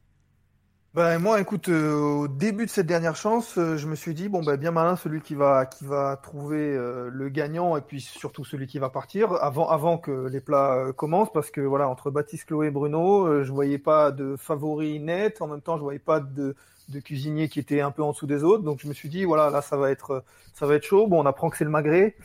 Ben moi, écoute, au début de cette dernière chance, je me suis dit bon ben bien malin celui qui va trouver le gagnant et puis surtout celui qui va partir avant que les plats commencent, parce que voilà, entre Baptiste, Chloé et Bruno, je voyais pas de favori net, en même temps je voyais pas de cuisinier qui était un peu en dessous des autres, donc je me suis dit voilà, là ça va être chaud. Bon, on apprend que c'est le magret,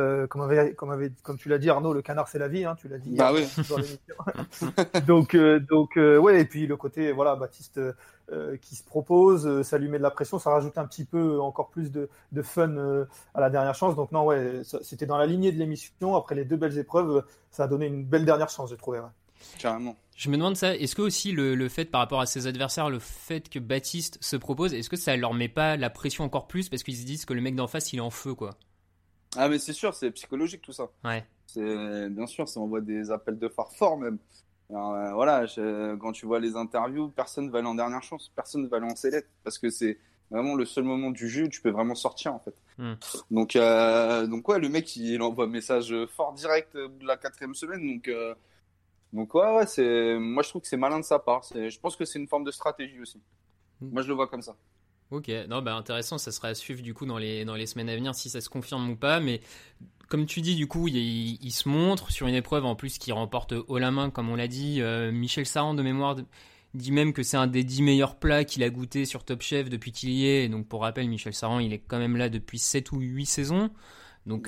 comme tu l'as dit, Arnaud, le canard c'est la vie, hein, tu l'as dit. Bah oui. Dans l'émission. donc ouais, et puis le côté voilà, Baptiste qui se propose, ça lui met de la pression, ça rajoute un petit peu encore plus de fun à la dernière chance. Donc non, ouais, c'était dans la lignée de l'émission. Après les 2 belles épreuves, ça a donné une belle dernière chance, j'ai trouvé. Ouais. Carrément. Je me demande ça, est-ce que aussi le fait par rapport à ses adversaires, le fait que Baptiste se propose, est-ce que ça leur met pas la pression encore plus parce qu'ils se disent que le mec d'en face il est en feu quoi? Ah mais c'est sûr, c'est psychologique tout ça. Ouais. Bien sûr, ça envoie des appels de phare forts même. Alors, voilà, quand tu vois les interviews, personne va aller en dernière chance, personne va aller en sellette parce que c'est vraiment le seul moment du jeu où tu peux vraiment sortir en fait. Donc ouais, le mec il envoie un message fort direct de la 4e semaine. Donc ouais, moi je trouve que c'est malin de sa part. Je pense que c'est une forme de stratégie aussi. Moi je le vois comme ça. Ok, non, bah intéressant, ça sera à suivre du coup dans les semaines à venir si ça se confirme ou pas. Mais comme tu dis, du coup, il se montre sur une épreuve en plus qui remporte haut la main, comme on l'a dit. Michel Saran de mémoire dit même que c'est un des 10 meilleurs plats qu'il a goûté sur Top Chef depuis qu'il y est. Et donc pour rappel, Michel Saran, il est quand même là depuis 7 ou 8 saisons. Donc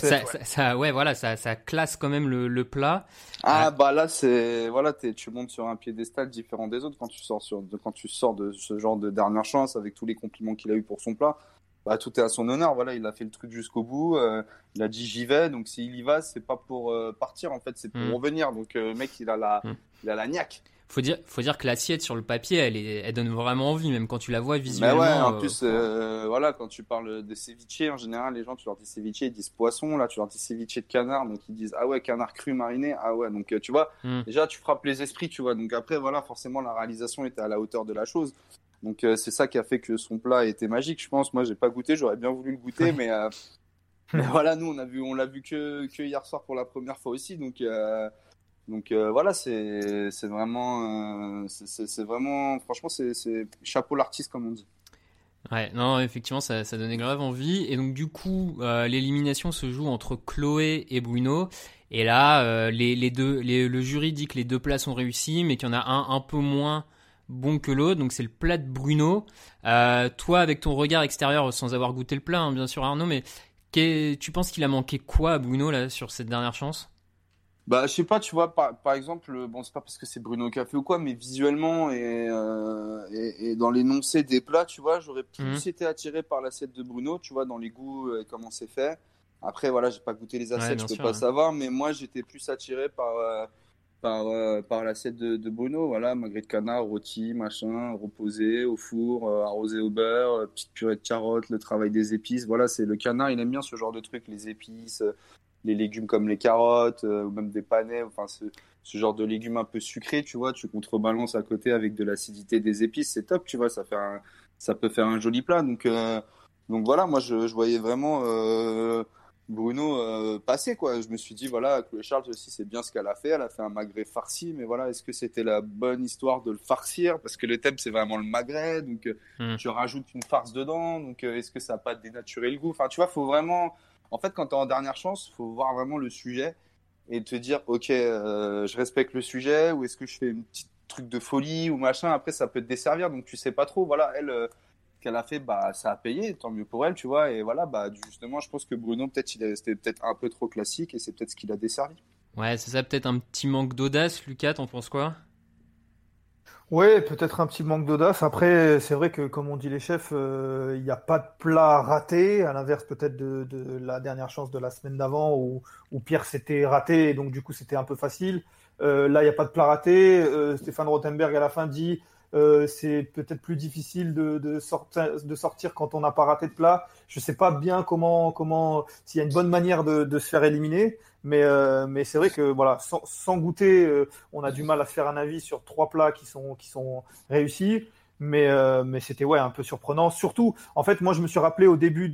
ça classe quand même le plat. Bah là tu montes sur un piédestal différent des autres quand tu sors de ce genre de dernière chance avec tous les compliments qu'il a eu pour son plat. Bah tout est à son honneur, voilà, il a fait le truc jusqu'au bout, il a dit j'y vais, donc s'il y va, c'est pas pour partir en fait, c'est pour revenir. Donc le mec il a la niaque. Faut dire que l'assiette sur le papier, elle donne vraiment envie, même quand tu la vois visuellement. Mais ouais, en plus, voilà, quand tu parles de ceviche, en général, les gens, tu leur dis ceviche, ils disent poisson. Là, tu leur dis ceviche de canard, donc ils disent ah ouais, canard cru mariné. Ah ouais, donc tu vois, déjà, tu frappes les esprits, tu vois. Donc après, voilà, forcément, la réalisation était à la hauteur de la chose. Donc c'est ça qui a fait que son plat était magique, je pense. Moi, j'ai pas goûté, j'aurais bien voulu le goûter, mais voilà, nous, on l'a vu que hier soir pour la première fois aussi, donc voilà, c'est vraiment, franchement, c'est chapeau l'artiste comme on dit. Ouais, non, effectivement, ça donnait grave envie. Et donc du coup, l'élimination se joue entre Chloé et Bruno. Et là, le jury dit que les deux plats sont réussis, mais qu'il y en a un peu moins bon que l'autre. Donc c'est le plat de Bruno. Toi, avec ton regard extérieur, sans avoir goûté le plat, hein, bien sûr Arnaud, mais tu penses qu'il a manqué quoi à Bruno là sur cette dernière chance? Bah, je sais pas, tu vois, par exemple, bon, c'est pas parce que c'est Bruno Café ou quoi, mais visuellement et dans l'énoncé des plats, tu vois, j'aurais plus été attiré par l'assiette de Bruno, tu vois, dans les goûts et comment c'est fait. Après, voilà, j'ai pas goûté les assiettes, je peux pas savoir, mais moi, j'étais plus attiré par l'assiette de Bruno, voilà, magret de canard, rôti, machin, reposé au four, arrosé au beurre, petite purée de carottes, le travail des épices, voilà, c'est le canard, il aime bien ce genre de trucs, les épices, les légumes comme les carottes, ou même des panais, enfin ce genre de légumes un peu sucrés, tu vois, tu contrebalances à côté avec de l'acidité des épices, c'est top, tu vois, ça peut faire un joli plat. Donc voilà, moi je voyais vraiment Bruno passer, quoi. Je me suis dit, voilà, Chloé Charles aussi, c'est bien ce qu'elle a fait, elle a fait un magret farci, mais voilà, est-ce que c'était la bonne histoire de le farcir? Parce que le thème, c'est vraiment le magret, donc tu rajoutes une farce dedans, donc est-ce que ça n'a pas dénaturé le goût? Enfin, tu vois, faut vraiment... En fait, quand tu es en dernière chance, il faut voir vraiment le sujet et te dire, ok, je respecte le sujet, ou est-ce que je fais une petite truc de folie ou machin. Après, ça peut te desservir, donc tu sais pas trop. Voilà, elle, ce qu'elle a fait, bah, ça a payé, tant mieux pour elle, tu vois. Et voilà, bah, justement, je pense que Bruno, c'était peut-être un peu trop classique et c'est peut-être ce qui l'a desservi. Ouais, c'est ça, peut-être un petit manque d'audace. Lucas, t'en penses quoi? Ouais, peut-être un petit manque d'audace. Après, c'est vrai que, comme on dit les chefs, il n'y a pas de plat raté, à l'inverse peut-être de la dernière chance de la semaine d'avant où Pierre s'était raté et donc du coup c'était un peu facile. Là, il n'y a pas de plat raté. Stéphane Rothenberg à la fin dit c'est peut-être plus difficile de sortir quand on n'a pas raté de plat. Je sais pas bien comment s'il y a une bonne manière de se faire éliminer. Mais c'est vrai que voilà, sans goûter, on a du mal à se faire un avis sur 3 plats qui sont réussis. Mais c'était un peu surprenant. Surtout, en fait, moi je me suis rappelé au début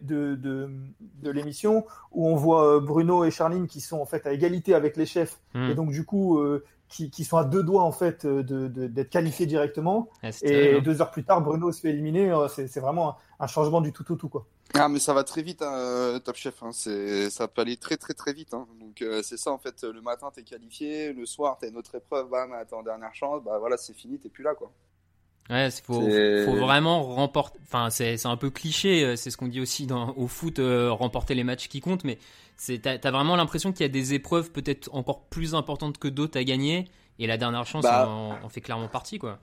de l'émission où on voit Bruno et Charline qui sont en fait à égalité avec les chefs et donc du coup qui sont à 2 doigts en fait d'être qualifiés directement. Et 2 heures plus tard, Bruno se fait éliminer. C'est vraiment un changement du tout quoi. Ah mais ça va très vite, hein, Top Chef. Hein. Ça peut aller très très très vite. Hein. Donc c'est ça en fait. Le matin t'es qualifié, le soir t'as une autre épreuve, bam, t'es en dernière chance, bah voilà c'est fini, t'es plus là quoi. Ouais, faut vraiment remporter. Enfin, c'est un peu cliché. C'est ce qu'on dit aussi au foot, remporter les matchs qui comptent. Mais t'as vraiment l'impression qu'il y a des épreuves peut-être encore plus importantes que d'autres à gagner. Et la dernière chance en fait clairement partie, quoi.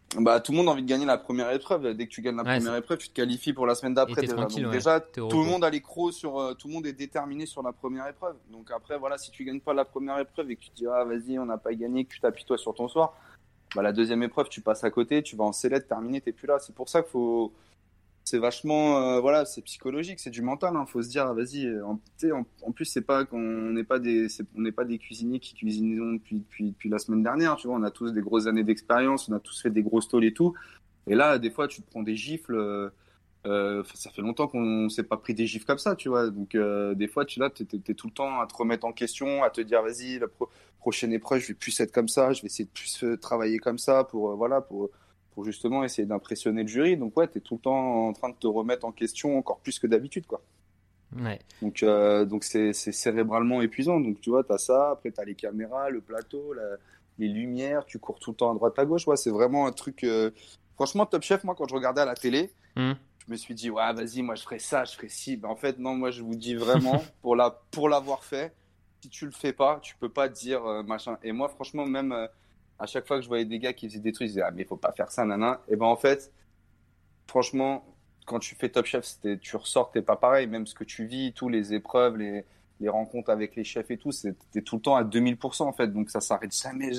Bah, tout le monde a envie de gagner la première épreuve. Dès que tu gagnes la première épreuve, tu te qualifies pour la semaine d'après. Déjà. Donc, déjà, tout le monde a les crocs tout le monde est déterminé sur la première épreuve. Donc après, voilà, si tu gagnes pas la première épreuve et que tu te dis, ah, vas-y, on n'a pas gagné, que tu t'appuies toi sur ton soir, bah, la deuxième épreuve, tu passes à côté, tu vas en sellette, terminé, t'es plus là. C'est pour ça c'est vachement, voilà, c'est psychologique, c'est du mental. Faut se dire, ah, vas-y. En plus, c'est pas qu'on n'est pas des cuisiniers qui cuisinent depuis la semaine dernière. Tu vois, on a tous des grosses années d'expérience, on a tous fait des gros stalls et tout. Et là, des fois, tu te prends des gifles. Ça fait longtemps qu'on s'est pas pris des gifles comme ça, tu vois. Donc, des fois, t'es tout le temps à te remettre en question, à te dire, vas-y, la prochaine épreuve, je vais plus être comme ça, je vais essayer de plus travailler comme ça pour justement essayer d'impressionner le jury. Donc ouais, t'es tout le temps en train de te remettre en question encore plus que d'habitude, quoi. Ouais. Donc c'est cérébralement épuisant. Donc tu vois, t'as ça, après t'as les caméras, le plateau, les lumières, tu cours tout le temps à droite à gauche. Ouais, c'est vraiment un truc. Franchement, Top Chef, moi quand je regardais à la télé, je me suis dit ouais, vas-y, moi je ferais ça, je ferais ci. Ben, en fait, non, moi je vous dis vraiment pour l'avoir fait, si tu le fais pas, tu peux pas dire machin. Et moi, franchement, même à chaque fois que je voyais des gars qui faisaient des trucs, je disais ah mais faut pas faire ça, nana. Et ben en fait, franchement, quand tu fais Top Chef, tu ressors, t'es pas pareil. Même ce que tu vis, tous les épreuves, les rencontres avec les chefs et tout, t'es tout le temps à 2000% en fait. Donc ça s'arrête jamais.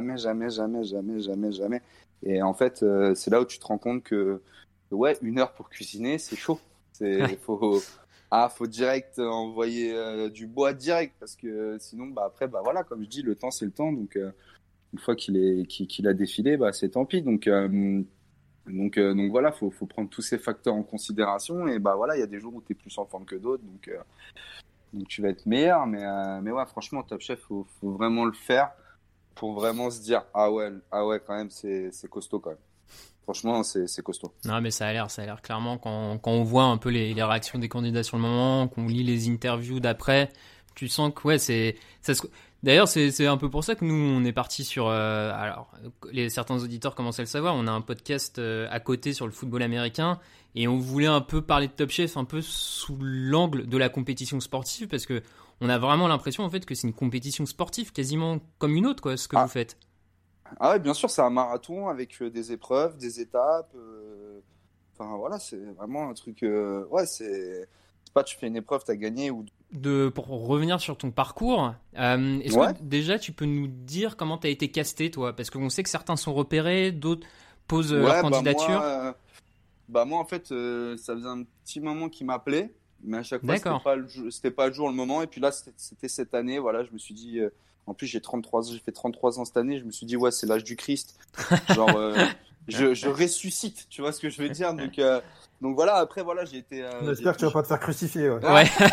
Et en fait, c'est là où tu te rends compte que ouais, 1 heure pour cuisiner, c'est chaud. Faut direct envoyer du bois direct parce que sinon, bah après, bah voilà, comme je dis, le temps c'est le temps. Donc une fois qu'il a défilé, bah c'est tant pis. Donc voilà, faut prendre tous ces facteurs en considération. Et bah voilà, il y a des jours où tu es plus en forme que d'autres, donc tu vas être meilleur. Mais ouais, franchement, Top Chef, faut vraiment le faire pour vraiment se dire ah ouais, quand même, c'est costaud quand même. Franchement, c'est costaud. Non, mais ça a l'air clairement quand on voit un peu les réactions des candidats sur le moment, qu'on lit les interviews d'après, tu sens que ouais, D'ailleurs, c'est un peu pour ça que nous, on est parti sur... alors, certains auditeurs commencent à le savoir, on a un podcast à côté sur le football américain et on voulait un peu parler de Top Chef un peu sous l'angle de la compétition sportive parce que on a vraiment l'impression en fait que c'est une compétition sportive quasiment comme une autre, quoi, ce que vous faites. Ah ouais, bien sûr, c'est un marathon avec des épreuves, des étapes. Enfin, voilà, c'est vraiment un truc... ouais, c'est pas tu fais une épreuve, t'as gagné ou... Pour revenir sur ton parcours, est-ce que déjà tu peux nous dire comment tu as été casté, toi ? Parce qu'on sait que certains sont repérés, d'autres posent leur candidature. Moi, en fait, ça faisait un petit moment qu'ils m'appelaient, mais à chaque fois, c'était pas le jour, le moment. Et puis là, c'était cette année, voilà, je me suis dit... en plus, j'ai fait 33 ans cette année, je me suis dit, ouais, c'est l'âge du Christ. Genre, je ressuscite, tu vois ce que je veux dire ? Donc voilà, après, voilà, j'ai été... J'espère que tu vas pas te faire crucifier, ouais.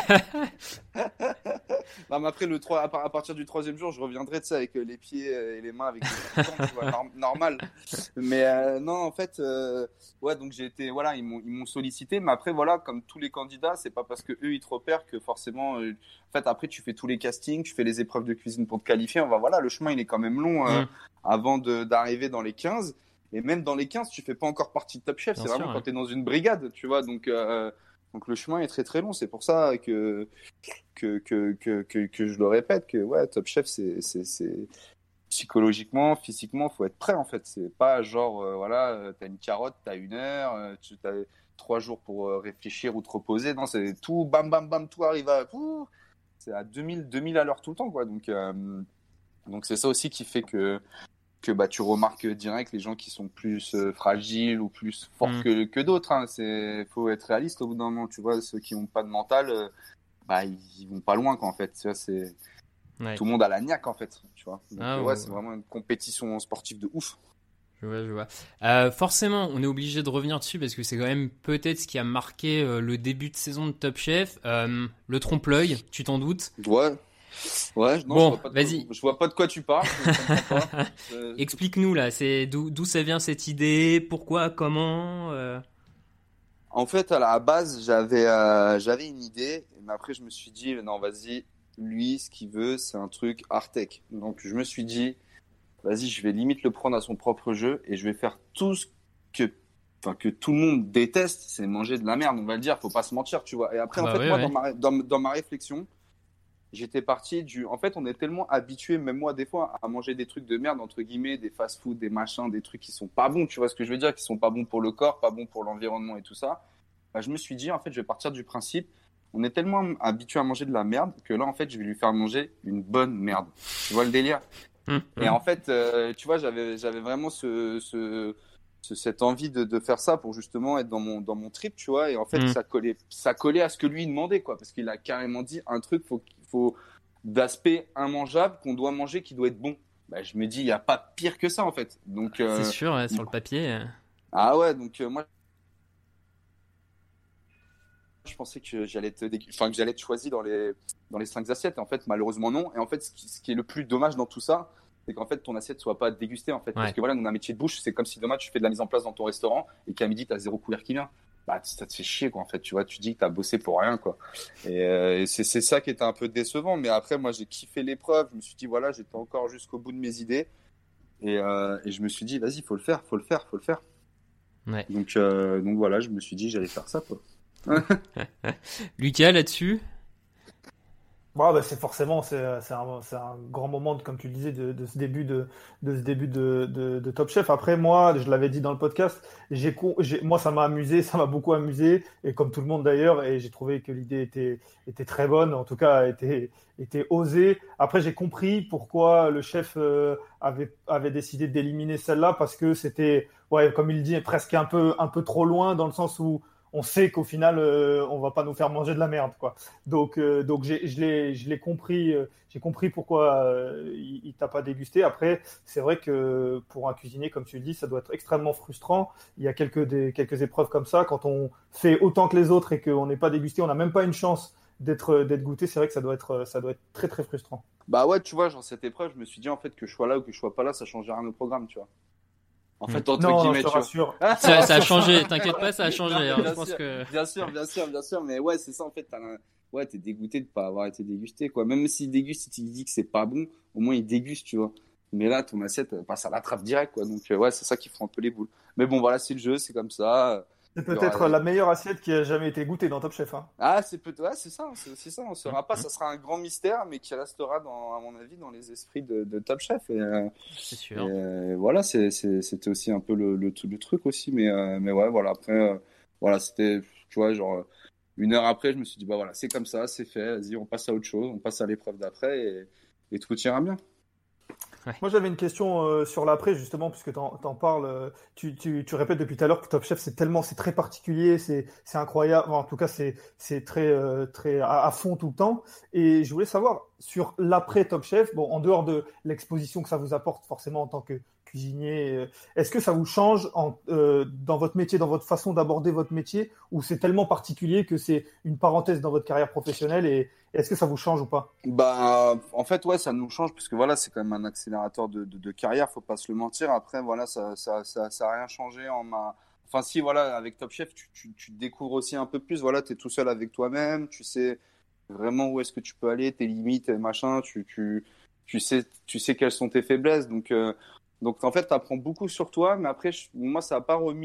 Non, mais après, à partir du 3e jour, je reviendrai, tu sais, avec les pieds et les mains avec des boutons, tu vois, normal. Mais non, en fait, ouais, donc j'ai été... Voilà, ils m'ont sollicité, mais après, voilà, comme tous les candidats, c'est pas parce que eux ils te repèrent que forcément... en fait, après, tu fais tous les castings, tu fais les épreuves de cuisine pour te qualifier. Voilà, le chemin, il est quand même long avant d'arriver dans les 15. Et même dans les 15, tu fais pas encore partie de Top Chef. C'est vraiment quand tu es dans une brigade, tu vois. Donc le chemin est très très long. C'est pour ça que je le répète, que ouais, Top Chef, c'est psychologiquement, physiquement, faut être prêt en fait. C'est pas genre voilà, t'as une carotte, t'as 1 heure, t'as 3 jours pour réfléchir ou te reposer. Non, c'est tout, bam bam bam, tout arrive c'est à 2000 à l'heure tout le temps, quoi. Donc c'est ça aussi qui fait que bah, tu remarques direct les gens qui sont plus fragiles ou plus forts que d'autres. Hein. Faut être réaliste au bout d'un moment. Tu vois, ceux qui n'ont pas de mental, bah, ils vont pas loin, quoi, en fait. Tu vois, tout le monde a la niaque, en fait. Tu vois. Donc, c'est vraiment une compétition sportive de ouf. Je vois. Forcément, on est obligé de revenir dessus parce que c'est quand même peut-être ce qui a marqué le début de saison de Top Chef. Le trompe-l'œil, tu t'en doutes ? Ouais, non, bon, vas-y. Je vois pas de quoi tu parles. Explique-nous là, c'est d'où ça vient cette idée, pourquoi, comment En fait, à la base, j'avais une idée, mais après je me suis dit non, vas-y, lui, ce qu'il veut, c'est un truc art-tech. Donc je me suis dit, vas-y, je vais limite le prendre à son propre jeu et je vais faire tout ce que tout le monde déteste, c'est manger de la merde, on va le dire, faut pas se mentir, tu vois. Et après, dans ma réflexion, j'étais parti en fait, on est tellement habitué, même moi des fois, à manger des trucs de merde entre guillemets, des fast-food, des machins, des trucs qui sont pas bons. Tu vois ce que je veux dire, qui sont pas bons pour le corps, pas bons pour l'environnement et tout ça. Bah, je me suis dit en fait, je vais partir du principe. On est tellement habitué à manger de la merde que là, en fait, je vais lui faire manger une bonne merde. Tu vois le délire? Et en fait, tu vois, j'avais vraiment cette envie de faire ça pour justement être dans mon trip, tu vois. Et en fait, ça collait à ce que lui il demandait, quoi. Parce qu'il a carrément dit un truc, il faut d'aspect immangeable qu'on doit manger qui doit être bon. Bah, je me dis, il n'y a pas pire que ça, en fait. Donc, C'est sûr, ouais, sur le papier. Ah ouais, donc moi, je pensais que j'allais être choisi dans les 5 assiettes. Et en fait, malheureusement, non. Et en fait, ce qui est le plus dommage dans tout ça, c'est qu'en fait, ton assiette soit pas dégustée, en fait. Parce que voilà, nous, on a un métier de bouche. C'est comme si demain, tu fais de la mise en place dans ton restaurant et qu'à midi, tu as 0 couvert qui vient. Bah, ça te fait chier, quoi, en fait. Tu vois, tu dis que tu as bossé pour rien, quoi. Et c'est ça qui était un peu décevant. Mais après, moi, j'ai kiffé l'épreuve. Je me suis dit, voilà, j'étais encore jusqu'au bout de mes idées. Et je me suis dit, vas-y, faut le faire. Ouais. Donc voilà, je me suis dit, j'allais faire ça, quoi. Lucas, là-dessus? Bah, c'est forcément c'est un grand moment comme tu le disais de ce début de Top Chef. Après moi, je l'avais dit dans le podcast, moi ça m'a amusé, ça m'a beaucoup amusé et comme tout le monde d'ailleurs, et j'ai trouvé que l'idée était très bonne, en tout cas était osée. Après j'ai compris pourquoi le chef avait décidé d'éliminer celle-là parce que c'était comme il dit presque un peu trop loin dans le sens où on sait qu'au final, on va pas nous faire manger de la merde, quoi. Donc je l'ai compris. J'ai compris pourquoi il t'a pas dégusté. Après, c'est vrai que pour un cuisinier, comme tu le dis, ça doit être extrêmement frustrant. Il y a quelques épreuves comme ça, quand on fait autant que les autres et qu'on n'est pas dégusté, on n'a même pas une chance d'être goûté. C'est vrai que ça doit être très très frustrant. Bah ouais, tu vois, genre cette épreuve, je me suis dit en fait que je sois là ou que je sois pas là, ça change rien au programme, tu vois. En fait, entre guillemets, je te rassure. Ça a changé, t'inquiète pas, ça a changé. Je pense que... Bien sûr, mais ouais, c'est ça en fait. T'es dégoûté de pas avoir été dégusté, quoi. Même s'il déguste, si tu dis que c'est pas bon, au moins il déguste, tu vois. Mais là, ton assiette, ça l'attrape direct, quoi. Donc ouais, c'est ça qui ferait un peu les boules. Mais bon, voilà, c'est le jeu, c'est comme ça. C'est peut-être la meilleure assiette qui a jamais été goûtée dans Top Chef. Hein. Ah, c'est ça, c'est ça. On saura pas, ça sera un grand mystère, mais qui restera, à mon avis, dans les esprits de Top Chef. C'est sûr. Et voilà, c'était aussi un peu le truc aussi, mais ouais, voilà. Après, voilà, c'était, tu vois, genre 1 heure après, je me suis dit, bah voilà, c'est comme ça, c'est fait. Vas-y, on passe à autre chose, on passe à l'épreuve d'après, et tout ira bien. Ouais. Moi, j'avais une question sur l'après, justement, puisque t'en parles. Tu répètes depuis tout à l'heure que Top Chef, c'est très particulier, c'est incroyable. Enfin, en tout cas, c'est très, très à fond tout le temps. Et je voulais savoir, sur l'après Top Chef, bon, en dehors de l'exposition que ça vous apporte forcément en tant que cuisinier, est-ce que ça vous change dans votre métier, dans votre façon d'aborder votre métier, ou c'est tellement particulier que c'est une parenthèse dans votre carrière professionnelle et est-ce que ça vous change ou pas? Bah, en fait, ouais, ça nous change parce que voilà, c'est quand même un accélérateur de carrière, faut pas se le mentir. Après, voilà, ça a rien changé Enfin, si, voilà, avec Top Chef, tu découvres aussi un peu plus. Voilà, t'es tout seul avec toi-même, tu sais vraiment où est-ce que tu peux aller, tes limites, tes machins, tu sais quelles sont tes faiblesses. Donc en fait, t'apprends beaucoup sur toi, mais après, moi, ça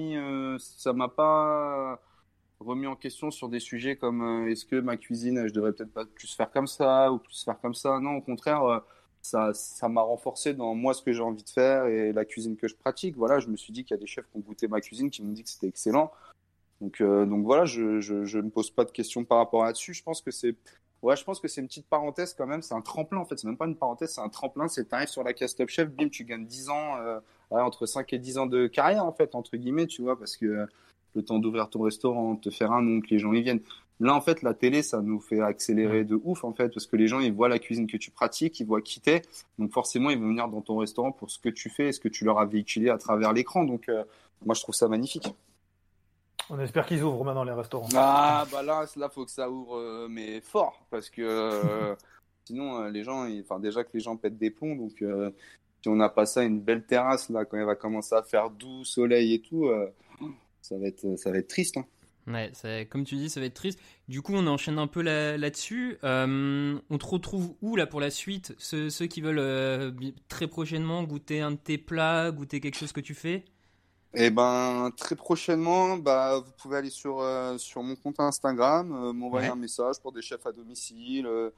m'a pas remis en question sur des sujets comme est-ce que ma cuisine, je devrais peut-être pas plus faire comme ça ou plus faire comme ça. Non, au contraire, ça m'a renforcé dans moi ce que j'ai envie de faire et la cuisine que je pratique. Voilà, je me suis dit qu'il y a des chefs qui ont goûté ma cuisine qui m'ont dit que c'était excellent. Donc voilà, je me pose pas de questions par rapport là-dessus. Je pense que c'est une petite parenthèse quand même. C'est un tremplin en fait. C'est même pas une parenthèse, c'est un tremplin. C'est t'arrives sur la case Top Chef, bim, tu gagnes 10 ans, entre 5 et 10 ans de carrière en fait, entre guillemets, tu vois, parce que le temps d'ouvrir ton restaurant, de te faire un nom, que les gens y viennent. Là, en fait, la télé, ça nous fait accélérer de ouf, en fait, parce que les gens, ils voient la cuisine que tu pratiques, ils voient qui t'es. Donc, forcément, ils vont venir dans ton restaurant pour ce que tu fais et ce que tu leur as véhiculé à travers l'écran. Donc, moi, je trouve ça magnifique. On espère qu'ils ouvrent maintenant les restaurants. Ah, bah là, faut que ça ouvre, mais fort, parce que sinon, les gens, déjà que les gens pètent des plombs, donc si on n'a pas ça, une belle terrasse, là, quand elle va commencer à faire doux, soleil et tout, ça va être triste, hein. Ouais, comme tu dis, ça va être triste. Du coup, on enchaîne un peu là-dessus. On te retrouve où là pour la suite? Ceux qui veulent très prochainement goûter un de tes plats, goûter quelque chose que tu fais? Eh ben, très prochainement, vous pouvez aller sur mon compte Instagram, m'envoyer un message pour des chefs à domicile.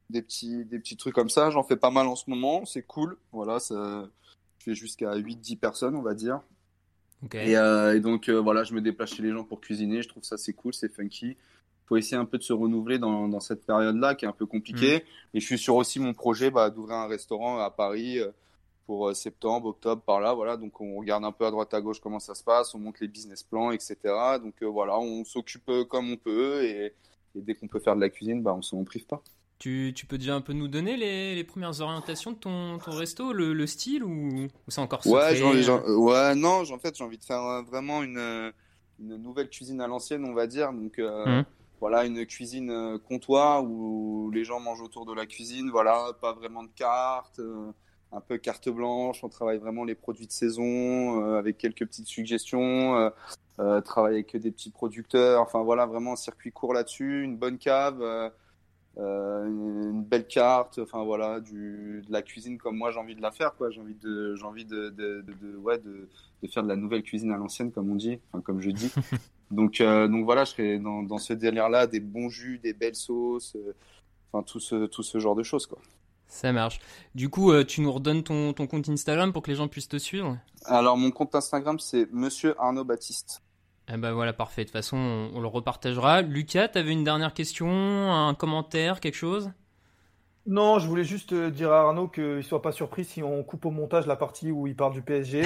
des petits trucs comme ça. J'en fais pas mal en ce moment, c'est cool. Voilà, ça, je fais jusqu'à 8-10 personnes, on va dire. Okay. Et donc, voilà, je me déplace chez les gens pour cuisiner. Je trouve ça, c'est cool, c'est funky. Il faut essayer un peu de se renouveler dans cette période-là qui est un peu compliquée. Et je suis sur aussi mon projet d'ouvrir un restaurant à Paris pour septembre, octobre, par là. Voilà, donc on regarde un peu à droite à gauche comment ça se passe, on monte les business plans, etc. Donc voilà, on s'occupe comme on peut et dès qu'on peut faire de la cuisine, on s'en prive pas. Tu peux déjà un peu nous donner les premières orientations de ton resto, le style ou c'est encore secret? En fait, j'ai envie de faire vraiment une nouvelle cuisine à l'ancienne, on va dire. Donc voilà, une cuisine comptoir où les gens mangent autour de la cuisine. Voilà, pas vraiment de carte, un peu carte blanche. On travaille vraiment les produits de saison avec quelques petites suggestions. Travaille avec des petits producteurs. Enfin voilà, vraiment un circuit court là-dessus, une bonne cave. Une belle carte, enfin voilà, de la cuisine comme moi j'ai envie de la faire, quoi. J'ai envie de faire de la nouvelle cuisine à l'ancienne, comme on dit, enfin comme je dis. Donc voilà, je serai dans ce délire-là, des bons jus, des belles sauces, enfin tout ce genre de choses, quoi. Ça marche. Du coup, tu nous redonnes ton compte Instagram pour que les gens puissent te suivre? Alors mon compte Instagram c'est Monsieur Arnaud Baptiste. Eh ben voilà, parfait. De toute façon, on le repartagera. Lucas, t'avais une dernière question, un commentaire, quelque chose? Non, je voulais juste dire à Arnaud qu'il ne soit pas surpris si on coupe au montage la partie où il parle du PSG.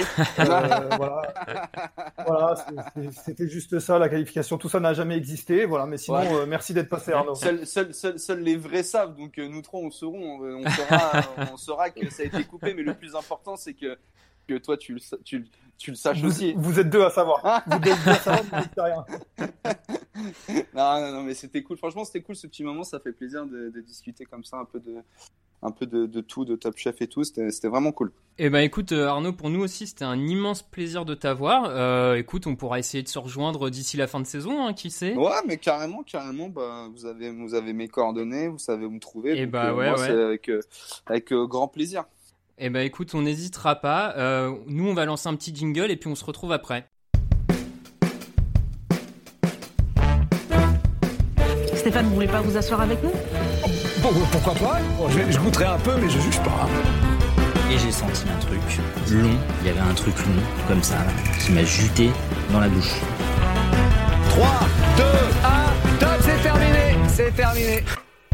Voilà, c'était juste ça, la qualification. Tout ça n'a jamais existé. Voilà, mais sinon, merci d'être passé, Arnaud. Seuls les vrais savent, donc nous trois, on saura que ça a été coupé, mais le plus important, c'est que toi, tu le saches aussi. Vous êtes deux à savoir. Vous êtes deux à savoir, vous ne dites rien. Non, mais c'était cool. Franchement, c'était cool ce petit moment. Ça fait plaisir de discuter comme ça, un peu de tout, de Top Chef et tout. C'était vraiment cool. Eh ben, écoute, Arnaud, pour nous aussi, c'était un immense plaisir de t'avoir. Écoute, on pourra essayer de se rejoindre d'ici la fin de saison, hein, qui sait. Ouais, mais carrément. Vous avez mes coordonnées, vous savez où me trouver. Et donc, moi, c'est avec grand plaisir. Eh ben écoute, on n'hésitera pas. Nous, on va lancer un petit jingle et puis on se retrouve après. Stéphane, vous voulez pas vous asseoir avec nous? Bon, pourquoi pas? Je goûterai un peu, mais je juge pas. Et j'ai senti un truc long. Il y avait un truc long, comme ça, là, qui m'a juté dans la bouche. 3, 2, 1, top, c'est terminé. C'est terminé.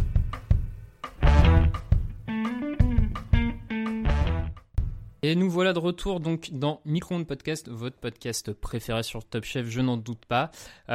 Et nous voilà de retour donc dans Micro-ondes Podcast, votre podcast préféré sur Top Chef, je n'en doute pas.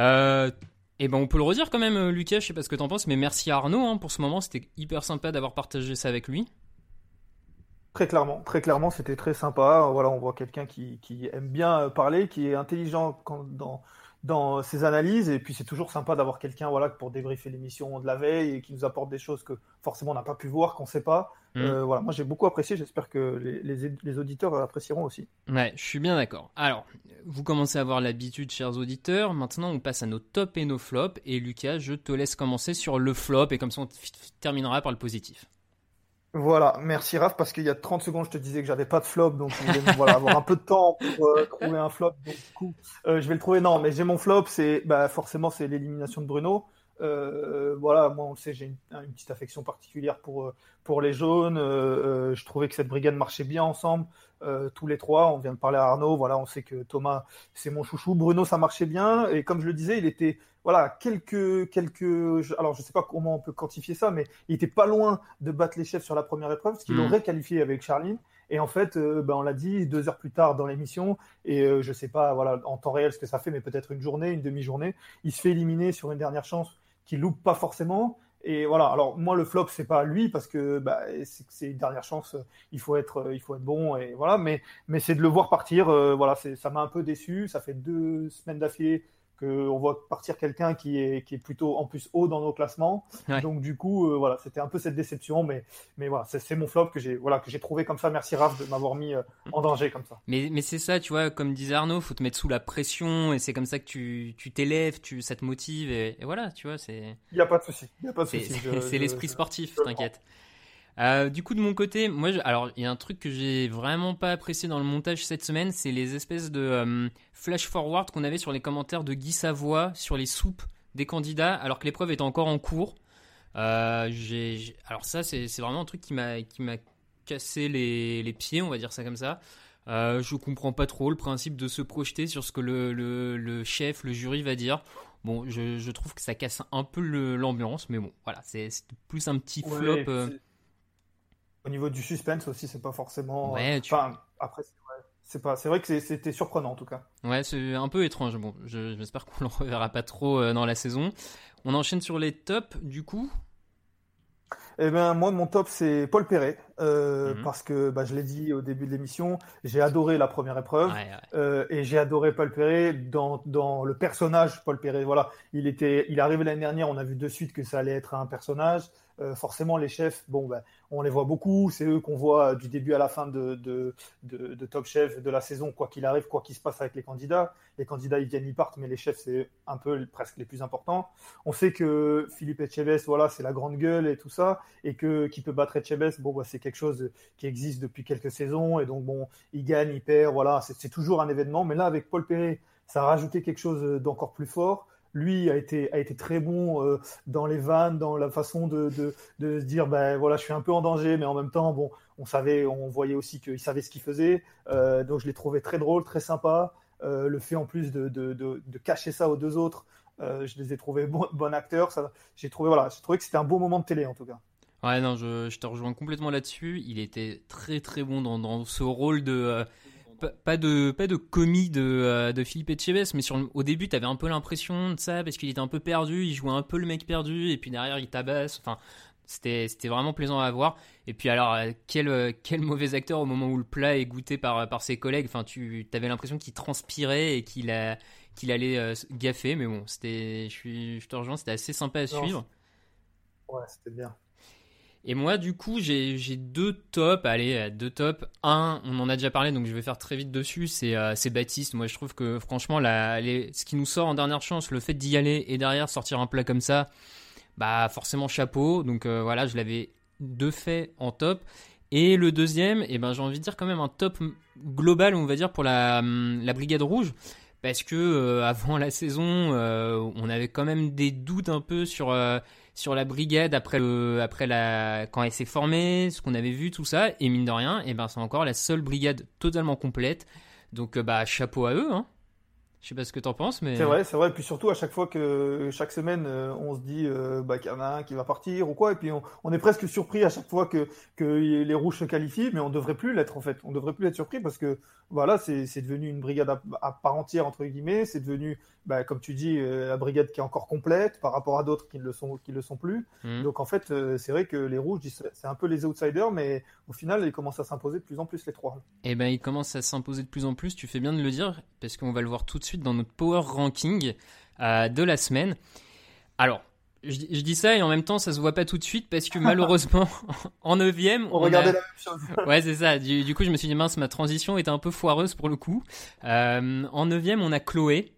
Et ben on peut le redire quand même, Lucas, je sais pas ce que t'en penses, mais merci à Arnaud pour ce moment, c'était hyper sympa d'avoir partagé ça avec lui. Très clairement, c'était très sympa. Voilà, on voit quelqu'un qui aime bien parler, qui est intelligent dans ses analyses, et puis c'est toujours sympa d'avoir quelqu'un pour débriefer l'émission de la veille et qui nous apporte des choses que forcément on n'a pas pu voir, qu'on ne sait pas. Voilà, moi j'ai beaucoup apprécié, j'espère que les auditeurs apprécieront aussi. Ouais, je suis bien d'accord. Alors, vous commencez à avoir l'habitude, chers auditeurs, maintenant on passe à nos tops et nos flops, et Lucas, je te laisse commencer sur le flop, et comme ça on terminera par le positif. Voilà, merci Raph, parce qu'il y a 30 secondes, je te disais que j'avais pas de flop, donc voilà, avoir un peu de temps pour trouver un flop. Donc, du coup, je vais le trouver. Non, mais j'ai mon flop, forcément, c'est l'élimination de Bruno. Voilà, moi, on le sait, j'ai une petite affection particulière pour les jaunes. Je trouvais que cette brigade marchait bien ensemble, tous les trois. On vient de parler à Arnaud. Voilà, on sait que Thomas, c'est mon chouchou. Bruno, ça marchait bien. Et comme je le disais, il était, alors je sais pas comment on peut quantifier ça, mais il était pas loin de battre les chefs sur la première épreuve, ce qu'il aurait qualifié avec Charline. Et en fait, on l'a dit 2 heures plus tard dans l'émission, et je sais pas, voilà, en temps réel ce que ça fait, mais peut-être une journée, une demi-journée, il se fait éliminer sur une dernière chance qu'il loupe pas forcément. Et voilà. Alors moi, le flop, c'est pas lui, parce que c'est une dernière chance. Il faut être bon, et voilà. Mais c'est de le voir partir. Voilà, ça m'a un peu déçu. Ça fait 2 semaines d'affilée qu'on voit partir quelqu'un qui est plutôt en plus haut dans nos classements. Ouais. Donc du coup, voilà, c'était un peu cette déception, mais voilà, c'est mon flop que j'ai trouvé comme ça. Merci Raph de m'avoir mis en danger comme ça. Mais c'est ça, tu vois, comme disait Arnaud, faut te mettre sous la pression, et c'est comme ça que tu t'élèves, ça te motive, et voilà, tu vois, c'est. Il y a pas de souci. C'est l'esprit sportif, t'inquiète. Du coup, de mon côté, moi, alors il y a un truc que j'ai vraiment pas apprécié dans le montage cette semaine, c'est les espèces de flash forward qu'on avait sur les commentaires de Guy Savoie sur les soupes des candidats, alors que l'épreuve était encore en cours. Alors ça, c'est vraiment un truc qui m'a cassé les pieds, on va dire ça comme ça. Je comprends pas trop le principe de se projeter sur ce que le chef, le jury va dire. Bon, je trouve que ça casse un peu l'ambiance, mais bon, voilà, c'est plus un petit flop. Au niveau du suspense aussi, c'est pas forcément. Ouais, après, c'est vrai que c'était surprenant en tout cas. Ouais, c'est un peu étrange. Bon, j'espère qu'on le reverra pas trop dans la saison. On enchaîne sur les tops, du coup. Eh ben moi mon top c'est Paul Perret parce que je l'ai dit au début de l'émission, j'ai adoré la première épreuve et j'ai adoré Paul Perret dans le personnage Paul Perret. Voilà, il est arrivé l'année dernière, on a vu de suite que ça allait être un personnage. Forcément les chefs, on les voit beaucoup, c'est eux qu'on voit du début à la fin de Top Chef de la saison, quoi qu'il arrive, quoi qu'il se passe avec les candidats. Les candidats ils viennent, ils partent, mais les chefs c'est un peu presque les plus importants. On sait que Philippe Etchebest, voilà, c'est la grande gueule et tout ça, et que qui peut battre Etchebest, c'est quelque chose qui existe depuis quelques saisons, et donc il gagne, il perd, voilà, c'est toujours un événement. Mais là avec Paul Perret, ça a rajouté quelque chose d'encore plus fort. Lui a été très bon dans les vannes, dans la façon de se dire je suis un peu en danger, mais en même temps on voyait aussi qu'il savait ce qu'il faisait. Donc je l'ai trouvé très drôle, très sympa. Le fait en plus de cacher ça aux deux autres, je les ai trouvés bon acteurs. J'ai trouvé que c'était un beau moment de télé en tout cas. Ouais, non, je te rejoins complètement là-dessus. Il était très très bon dans ce rôle de pas de commis de Philippe Etchebest, mais au début t'avais un peu l'impression de ça parce qu'il était un peu perdu, il jouait un peu le mec perdu et puis derrière il tabasse. Enfin, c'était vraiment plaisant à voir. Et puis alors quel mauvais acteur au moment où le plat est goûté par ses collègues. Enfin, t'avais l'impression qu'il transpirait et qu'il allait gaffer, mais bon, je te rejoins, c'était assez sympa à suivre. Ouais, c'était bien. Et moi, du coup, j'ai deux tops. Allez, deux tops. Un, on en a déjà parlé, donc je vais faire très vite dessus. C'est Baptiste. Moi, je trouve que franchement, ce qui nous sort en dernière chance, le fait d'y aller et derrière sortir un plat comme ça, forcément chapeau. Donc voilà, je l'avais de fait en top. Et le deuxième, j'ai envie de dire quand même un top global, on va dire, pour la Brigade Rouge. Parce que avant la saison, on avait quand même des doutes un peu sur la brigade quand elle s'est formée, ce qu'on avait vu, tout ça. Et mine de rien, c'est encore la seule brigade totalement complète. Donc chapeau à eux, hein. Je sais pas ce que t'en penses, mais... C'est vrai. Et puis surtout, à chaque fois chaque semaine, on se dit qu'il y en a un qui va partir ou quoi. Et puis on est presque surpris à chaque fois que les Rouges se qualifient, mais on devrait plus l'être en fait. On devrait plus être surpris parce que voilà, c'est devenu une brigade à part entière, entre guillemets. C'est devenu, comme tu dis, la brigade qui est encore complète par rapport à d'autres qui ne le sont plus. Donc en fait, c'est vrai que les Rouges, c'est un peu les outsiders, mais au final, ils commencent à s'imposer de plus en plus les trois. Ils commencent à s'imposer de plus en plus, tu fais bien de le dire, parce qu'on va le voir tout de suite dans notre Power Ranking de la semaine. Alors, je dis ça et en même temps, ça se voit pas tout de suite parce que malheureusement, en 9e... On regardait la même chose. Ouais, c'est ça. Du coup, je me suis dit, mince, ma transition était un peu foireuse pour le coup. En 9e, on a Chloé.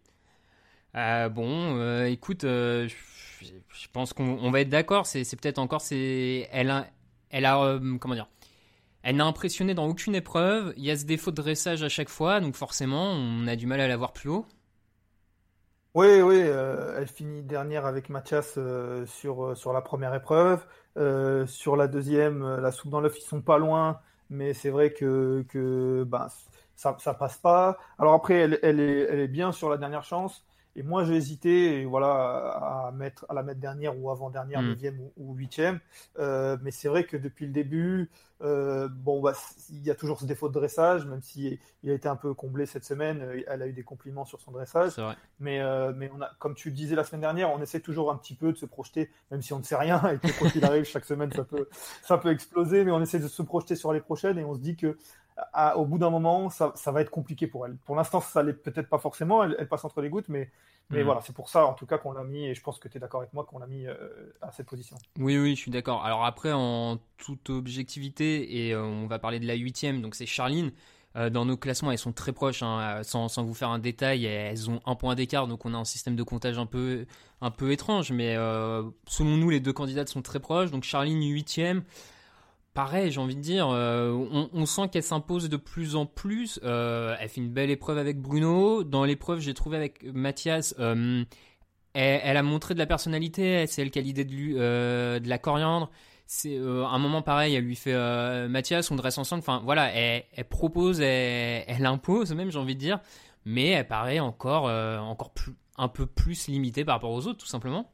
Écoute, je pense qu'on va être d'accord. C'est peut-être encore... Elle a comment dire, elle n'a impressionné dans aucune épreuve. Il y a ce défaut de dressage à chaque fois, donc forcément, on a du mal à la voir plus haut. Oui, elle finit dernière avec Mathias sur la première épreuve. Sur la deuxième, la soupe dans l'œuf, ils sont pas loin, mais c'est vrai que ça passe pas. Alors après, elle est bien sur la dernière chance. Et moi, j'ai hésité, à la mettre dernière ou avant-dernière, 9e ou 8e. Mais c'est vrai que depuis le début, il y a toujours ce défaut de dressage, même si il a été un peu comblé cette semaine. Elle a eu des compliments sur son dressage. C'est vrai. Mais comme tu le disais la semaine dernière, on essaie toujours un petit peu de se projeter, même si on ne sait rien et que quoi qu'il arrive, chaque semaine, ça peut exploser. Mais on essaie de se projeter sur les prochaines et on se dit que au bout d'un moment, ça va être compliqué pour elle. Pour l'instant, ça l'est peut-être pas forcément. Elle passe entre les gouttes, mais voilà, c'est pour ça, en tout cas, qu'on l'a mis. Et je pense que tu es d'accord avec moi qu'on l'a mis à cette position. Oui, je suis d'accord. Alors après, en toute objectivité, et on va parler de la 8e, donc c'est Charline. Dans nos classements, elles sont très proches, hein, sans vous faire un détail. Elles ont 1 point d'écart, donc on a un système de comptage un peu étrange. Mais selon nous, les deux candidates sont très proches. Donc Charline 8e. Pareil, j'ai envie de dire, on sent qu'elle s'impose de plus en plus. Elle fait une belle épreuve avec Bruno. Dans l'épreuve, j'ai trouvé avec Mathias, elle a montré de la personnalité, c'est elle qui a l'idée de la coriandre. C'est un moment pareil, elle lui fait Mathias, on dresse ensemble. Enfin voilà, elle propose, elle impose même, j'ai envie de dire, mais elle paraît encore plus, un peu plus limitée par rapport aux autres, tout simplement.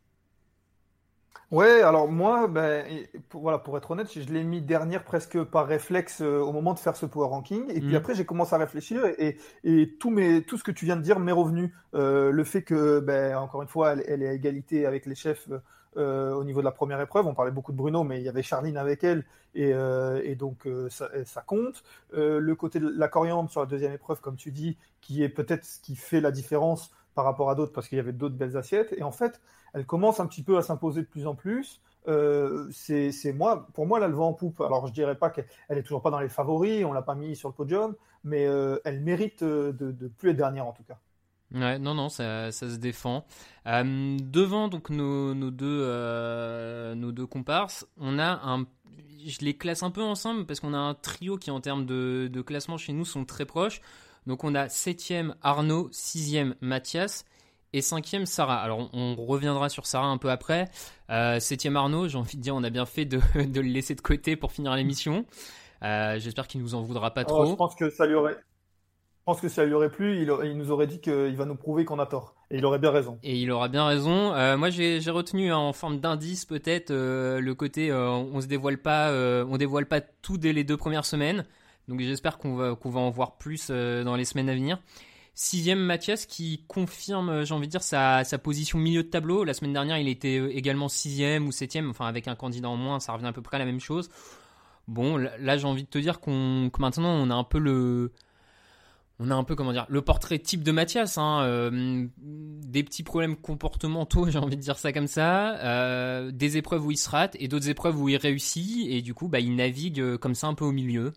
Ouais, alors moi, pour être honnête, je l'ai mis dernière presque par réflexe au moment de faire ce power ranking. Et puis après, j'ai commencé à réfléchir et tout ce que tu viens de dire m'est revenu. Le fait que, encore une fois, elle est à égalité avec les chefs au niveau de la première épreuve. On parlait beaucoup de Bruno, mais il y avait Charline avec elle et donc ça compte. Le côté de la coriandre sur la deuxième épreuve, comme tu dis, qui est peut-être ce qui fait la différence par rapport à d'autres parce qu'il y avait d'autres belles assiettes. Et en fait, elle commence un petit peu à s'imposer de plus en plus. Pour moi, là, le vent en poupe. Alors, je dirais pas qu'elle est toujours pas dans les favoris, on l'a pas mis sur le podium, mais elle mérite de plus être dernière en tout cas. Ouais, non, ça se défend. Devant donc nos deux comparses, on a je les classe un peu ensemble parce qu'on a un trio qui en termes de classement chez nous sont très proches. Donc on a 7e Arnaud, 6e Mathias et 5e Sarah. Alors on reviendra sur Sarah un peu après. 7e Arnaud, j'ai envie de dire on a bien fait de le laisser de côté pour finir l'émission. J'espère qu'il nous en voudra pas trop. Je pense que ça lui aurait plu, il nous aurait dit qu'il va nous prouver qu'on a tort. Et il aurait bien raison. Et il aura bien raison. Moi, j'ai retenu en forme d'indice peut-être le côté on dévoile pas tout dès les 2 premières semaines. Donc j'espère qu'on va en voir plus dans les semaines à venir. 6e Mathias qui confirme, j'ai envie de dire, sa position milieu de tableau. La semaine dernière, il était également 6e ou 7e, enfin avec un candidat en moins, ça revient à peu près à la même chose. Bon, là j'ai envie de te dire que maintenant on a un peu le portrait type de Mathias, des petits problèmes comportementaux, j'ai envie de dire ça comme ça, des épreuves où il se rate et d'autres épreuves où il réussit et du coup il navigue comme ça un peu au milieu.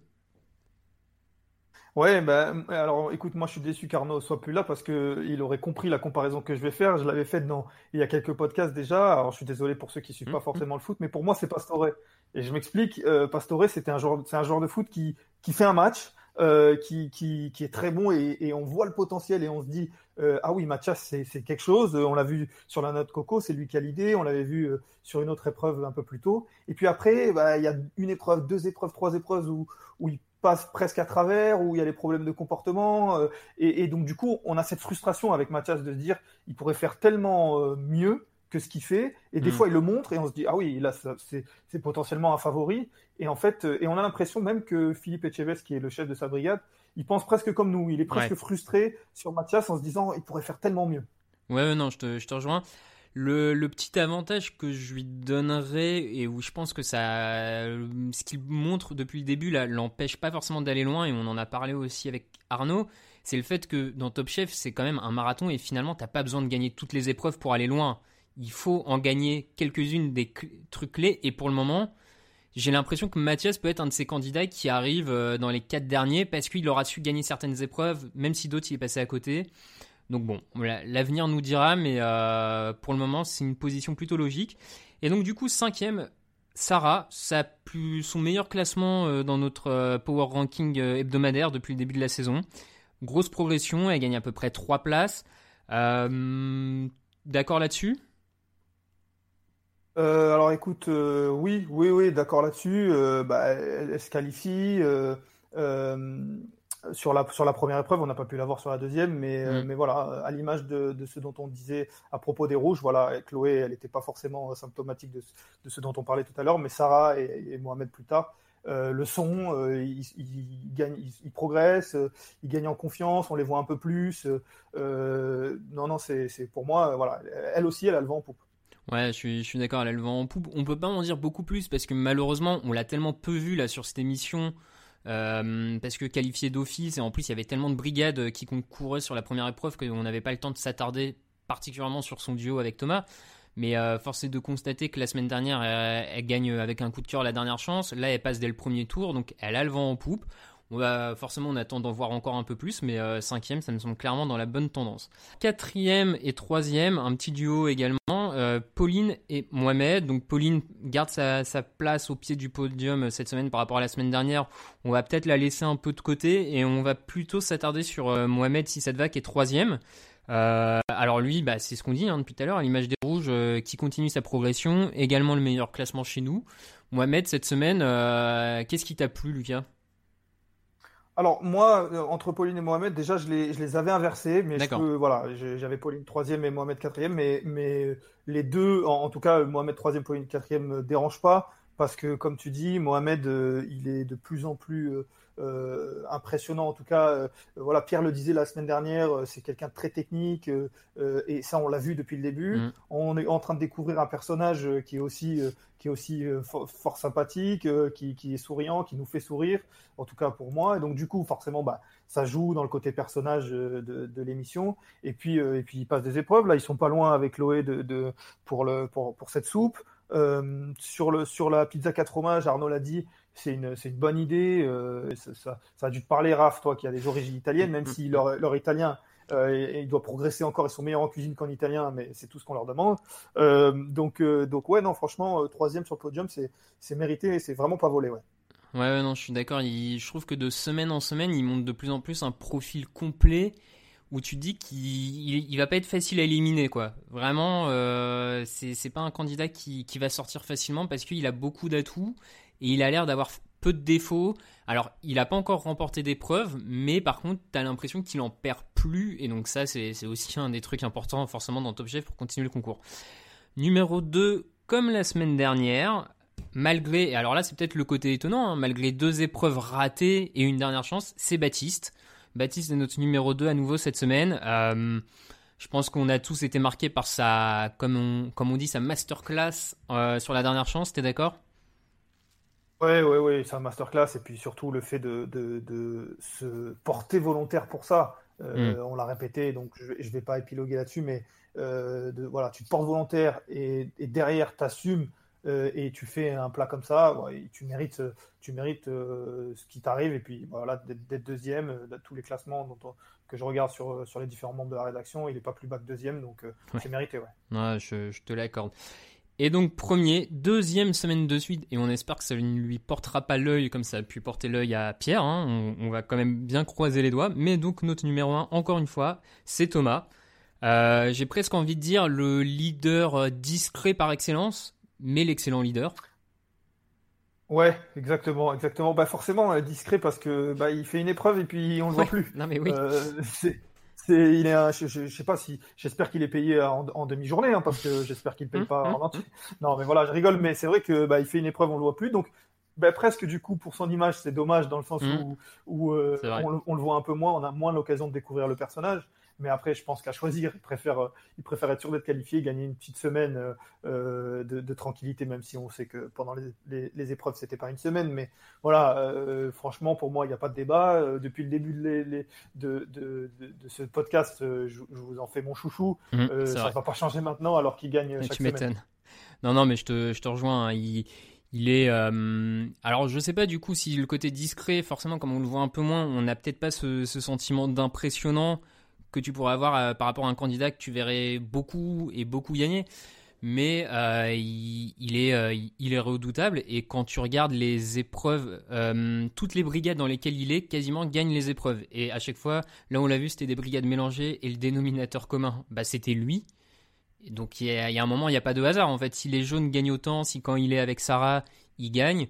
Ouais, alors écoute, moi je suis déçu qu'Arnaud soit plus là parce que il aurait compris la comparaison que je vais faire. Je l'avais faite il y a quelques podcasts déjà. Alors je suis désolé pour ceux qui suivent pas forcément le foot, mais pour moi c'est Pastore. Et je m'explique. Pastore, c'est un joueur de foot qui fait un match, qui est très bon et on voit le potentiel et on se dit ah oui, Mathias c'est quelque chose. On l'a vu sur la noix de coco, c'est lui qui a l'idée. On l'avait vu sur une autre épreuve un peu plus tôt. Et puis après, il y a une épreuve, 2 épreuves, 3 épreuves où il passe presque à travers, où il y a les problèmes de comportement. Et donc, du coup, on a cette frustration avec Mathias de se dire il pourrait faire tellement mieux que ce qu'il fait. Et des fois, il le montre et on se dit ah oui, là, c'est potentiellement un favori. Et en fait, on a l'impression même que Philippe Etchebest, qui est le chef de sa brigade, il pense presque comme nous. Il est presque frustré sur Mathias en se disant il pourrait faire tellement mieux. Ouais, non, je te rejoins. Le petit avantage que je lui donnerais et où je pense que ce qu'il montre depuis le début là, l'empêche pas forcément d'aller loin et on en a parlé aussi avec Arnaud, c'est le fait que dans Top Chef c'est quand même un marathon et finalement t'as pas besoin de gagner toutes les épreuves pour aller loin. Il faut en gagner quelques-unes des trucs clés et pour le moment j'ai l'impression que Mathias peut être un de ces candidats qui arrive dans les 4 derniers parce qu'il aura su gagner certaines épreuves même si d'autres il est passé à côté. Donc bon, l'avenir nous dira, mais pour le moment, c'est une position plutôt logique. Et donc du coup, 5e, Sarah, son meilleur classement dans notre Power Ranking hebdomadaire depuis le début de la saison. Grosse progression, elle gagne à peu près 3 places. D'accord là-dessus ? Alors écoute, oui, d'accord là-dessus. Elle se qualifie. Sur la première épreuve, on n'a pas pu la voir sur la deuxième, mais voilà, à l'image de ce dont on disait à propos des rouges, voilà, Chloé, elle n'était pas forcément symptomatique de ce dont on parlait tout à l'heure, mais Sarah et Mohamed plus tard le sont, ils progressent, ils gagnent en confiance, on les voit un peu plus. Non, c'est pour moi, voilà, elle aussi, elle a le vent en poupe. Ouais, je suis d'accord, elle a le vent en poupe. On peut pas en dire beaucoup plus parce que malheureusement, on l'a tellement peu vu là sur cette émission. Parce que qualifié d'office et en plus il y avait tellement de brigades qui concouraient sur la première épreuve qu'on n'avait pas le temps de s'attarder particulièrement sur son duo avec Thomas, mais force est de constater que la semaine dernière elle gagne avec un coup de cœur la dernière chance, là elle passe dès le premier tour donc elle a le vent en poupe. On attend d'en voir encore un peu plus, mais 5e, ça me semble clairement dans la bonne tendance. 4e et 3e, un petit duo également, Pauline et Mohamed. Donc Pauline garde sa place au pied du podium cette semaine par rapport à la semaine dernière. On va peut-être la laisser un peu de côté et on va plutôt s'attarder sur Mohamed, si ça te va, qui est 3e. Alors lui, c'est ce qu'on dit depuis tout à l'heure, à l'image des rouges, qui continue sa progression, également le meilleur classement chez nous. Mohamed, cette semaine, qu'est-ce qui t'a plu, Lucas ? Alors moi, entre Pauline et Mohamed, déjà je les avais inversés, mais j'avais Pauline 3e et Mohamed 4e, mais les deux, en tout cas Mohamed 3e, Pauline 4e me dérangent pas, parce que comme tu dis, Mohamed il est de plus en plus impressionnant. En tout cas, Pierre le disait la semaine dernière, c'est quelqu'un de très technique, et ça on l'a vu depuis le début. On est en train de découvrir un personnage qui est aussi fort sympathique, qui est souriant, qui nous fait sourire, en tout cas pour moi. Et donc du coup, forcément, ça joue dans le côté personnage de l'émission. Et puis ils passent des épreuves. Là, ils sont pas loin avec Loé pour cette soupe. Sur la pizza 4 fromages, Arnaud l'a dit, c'est une bonne idée. Ça a dû te parler, Raph, toi qui as des origines italiennes, même si leur italien il doit progresser encore, ils sont meilleurs en cuisine qu'en italien, mais c'est tout ce qu'on leur demande. Donc ouais, non, franchement, 3e sur le podium, c'est mérité, c'est vraiment pas volé, ouais. Ouais, non, je suis d'accord. Je trouve que de semaine en semaine, il montre de plus en plus un profil complet où tu te dis qu'il va pas être facile à éliminer, quoi. Vraiment, c'est pas un candidat qui va sortir facilement parce qu'il a beaucoup d'atouts et il a l'air d'avoir peu de défauts. Alors, il n'a pas encore remporté d'épreuves, mais par contre, tu as l'impression qu'il en perd plus. Et donc ça, c'est aussi un des trucs importants forcément dans Top Chef pour continuer le concours. Numéro 2, comme la semaine dernière, malgré, et alors là c'est peut-être le côté étonnant, malgré 2 épreuves ratées et une dernière chance, c'est Baptiste. Baptiste est notre numéro 2 à nouveau cette semaine. Je pense qu'on a tous été marqués par sa, comme on dit, sa masterclass sur la dernière chance, t'es d'accord ? Ouais, c'est un masterclass, et puis surtout le fait de se porter volontaire pour ça. On l'a répété, donc je vais pas épiloguer là-dessus, mais tu te portes volontaire et derrière t'assumes et tu fais un plat comme ça, tu mérites ce qui t'arrive, et puis d'être deuxième, tous les classements que je regarde sur les différents membres de la rédaction, il est pas plus bas que deuxième, donc c'est mérité, ouais. Ouais, je te l'accorde. Et donc premier, 2e semaine de suite, et on espère que ça ne lui portera pas l'œil comme ça a pu porter l'œil à Pierre, hein. On va quand même bien croiser les doigts, mais donc notre numéro 1, encore une fois, c'est Thomas. J'ai presque envie de dire le leader discret par excellence, mais l'excellent leader. Ouais, exactement. Forcément discret parce que il fait une épreuve et puis on le voit plus. Non mais oui. Je sais pas si, j'espère qu'il est payé en demi-journée, hein, parce que j'espère qu'il paye pas en entier. Non, mais voilà, je rigole, mais c'est vrai que il fait une épreuve, on le voit plus, donc presque du coup pour son image, c'est dommage dans le sens où on le voit un peu moins, on a moins l'occasion de découvrir le personnage. Mais après, je pense qu'à choisir, il préfère être sûr d'être qualifié, gagner une petite semaine de tranquillité, même si on sait que pendant les épreuves, c'était pas une semaine. Mais voilà, franchement, pour moi, il n'y a pas de débat. Depuis le début de ce podcast, je vous en fais mon chouchou. Ça ne va pas changer maintenant, alors qu'il gagne chaque semaine. Tu m'étonnes. Non, mais je te rejoins. Hein. Il est... Alors, je sais pas du coup si le côté discret, forcément, comme on le voit un peu moins, on n'a peut-être pas ce sentiment d'impressionnant que tu pourrais avoir par rapport à un candidat que tu verrais beaucoup gagner, mais il est redoutable, et quand tu regardes les épreuves, toutes les brigades dans lesquelles il est quasiment gagnent les épreuves, et à chaque fois, là on l'a vu, c'était des brigades mélangées, et le dénominateur commun, c'était lui. Et donc il y a un moment, il n'y a pas de hasard en fait. Si les jaunes gagnent autant, si quand il est avec Sarah, il gagne,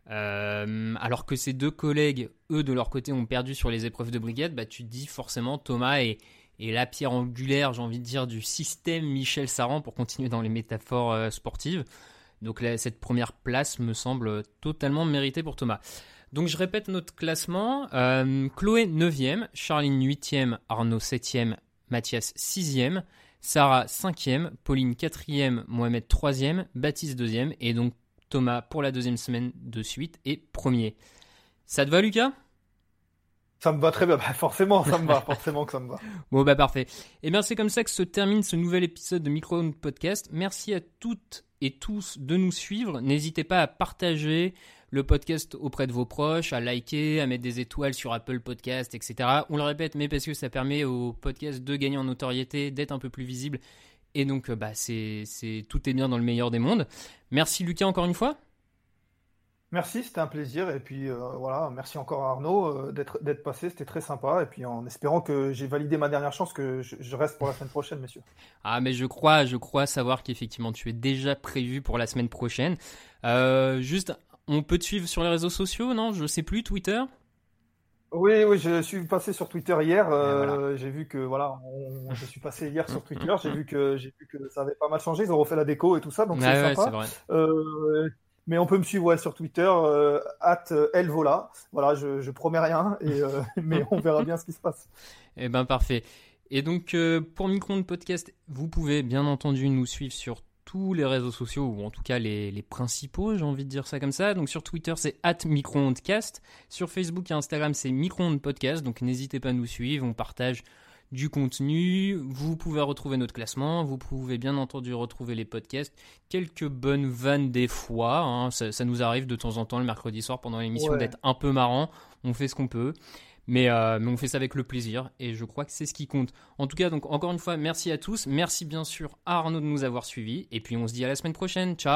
alors que ses 2 collègues, eux de leur côté, ont perdu sur les épreuves de brigade, tu te dis forcément Thomas est la pierre angulaire, j'ai envie de dire, du système Michel Saran, pour continuer dans les métaphores sportives. Donc là, cette première place me semble totalement méritée pour Thomas. Donc je répète notre classement. Chloé 9e, Charline 8e, Arnaud 7e, Mathias 6e, Sarah 5e, Pauline 4e, Mohamed 3e, Baptiste 2e, et donc Thomas, pour la 2e semaine de suite, est premier. Ça te va, Lucas ? Ça me va très bien, forcément, ça me va, forcément que ça me va. Bon, parfait. Et bien, c'est comme ça que se termine ce nouvel épisode de Micro-ondes Podcast. Merci à toutes et tous de nous suivre. N'hésitez pas à partager le podcast auprès de vos proches, à liker, à mettre des étoiles sur Apple Podcast, etc. On le répète, mais parce que ça permet au podcast de gagner en notoriété, d'être un peu plus visible. Et donc, tout est bien dans le meilleur des mondes. Merci Lucas encore une fois. Merci, c'était un plaisir. Et puis voilà, merci encore à Arnaud d'être passé, c'était très sympa. Et puis en espérant que j'ai validé ma dernière chance, que je reste pour la semaine prochaine, messieurs. Ah, mais je crois savoir qu'effectivement tu es déjà prévu pour la semaine prochaine. Juste, on peut te suivre sur les réseaux sociaux, non? Je sais plus, Twitter? Oui, je suis passé sur Twitter hier. Voilà. J'ai vu que je suis passé hier sur Twitter. J'ai vu que ça avait pas mal changé. Ils ont refait la déco et tout ça, donc c'est sympa. C'est vrai. Mais on peut me suivre sur Twitter @elvola. Voilà, je promets rien, mais on verra bien ce qui se passe. Eh ben parfait. Et donc pour Micro-ondes Podcast, vous pouvez bien entendu nous suivre sur tous les réseaux sociaux, ou en tout cas les principaux, j'ai envie de dire ça comme ça. Donc sur Twitter, c'est @microondescast. Sur Facebook et Instagram, c'est Micro-ondes Podcast. Donc n'hésitez pas à nous suivre, on partage du contenu. Vous pouvez retrouver notre classement, vous pouvez bien entendu retrouver les podcasts, quelques bonnes vannes des fois, hein. Ça nous arrive de temps en temps le mercredi soir pendant l'émission d'être un peu marrant, on fait ce qu'on peut. Mais on fait ça avec le plaisir et je crois que c'est ce qui compte. En tout cas, donc encore une fois, merci à tous. Merci bien sûr à Arnaud de nous avoir suivis. Et puis on se dit à la semaine prochaine. Ciao.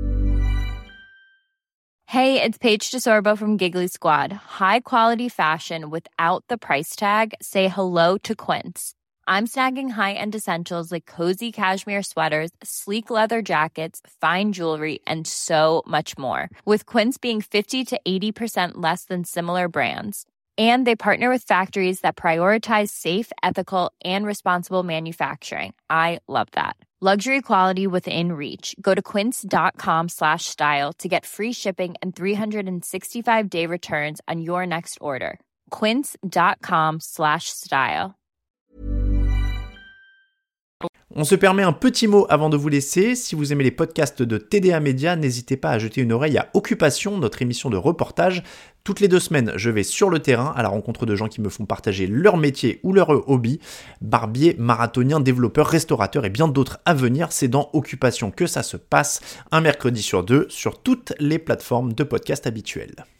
Hey, it's Paige DeSorbo from Giggly Squad. High quality fashion without the price tag. Say hello to Quince. I'm snagging high-end essentials like cozy cashmere sweaters, sleek leather jackets, fine jewelry, and so much more. With Quince being 50 to 80% less than similar brands. And they partner with factories that prioritize safe, ethical, and responsible manufacturing. I love that. Luxury quality within reach. Go to quince.com/style to get free shipping and 365-day returns on your next order. Quince.com/style. On se permet un petit mot avant de vous laisser. Si vous aimez les podcasts de TDA Média, n'hésitez pas à jeter une oreille à Occupation, notre émission de reportage. Toutes les 2 semaines, je vais sur le terrain à la rencontre de gens qui me font partager leur métier ou leur hobby. Barbiers, marathoniens, développeurs, restaurateurs et bien d'autres à venir. C'est dans Occupation que ça se passe, un mercredi sur 2, sur toutes les plateformes de podcast habituelles.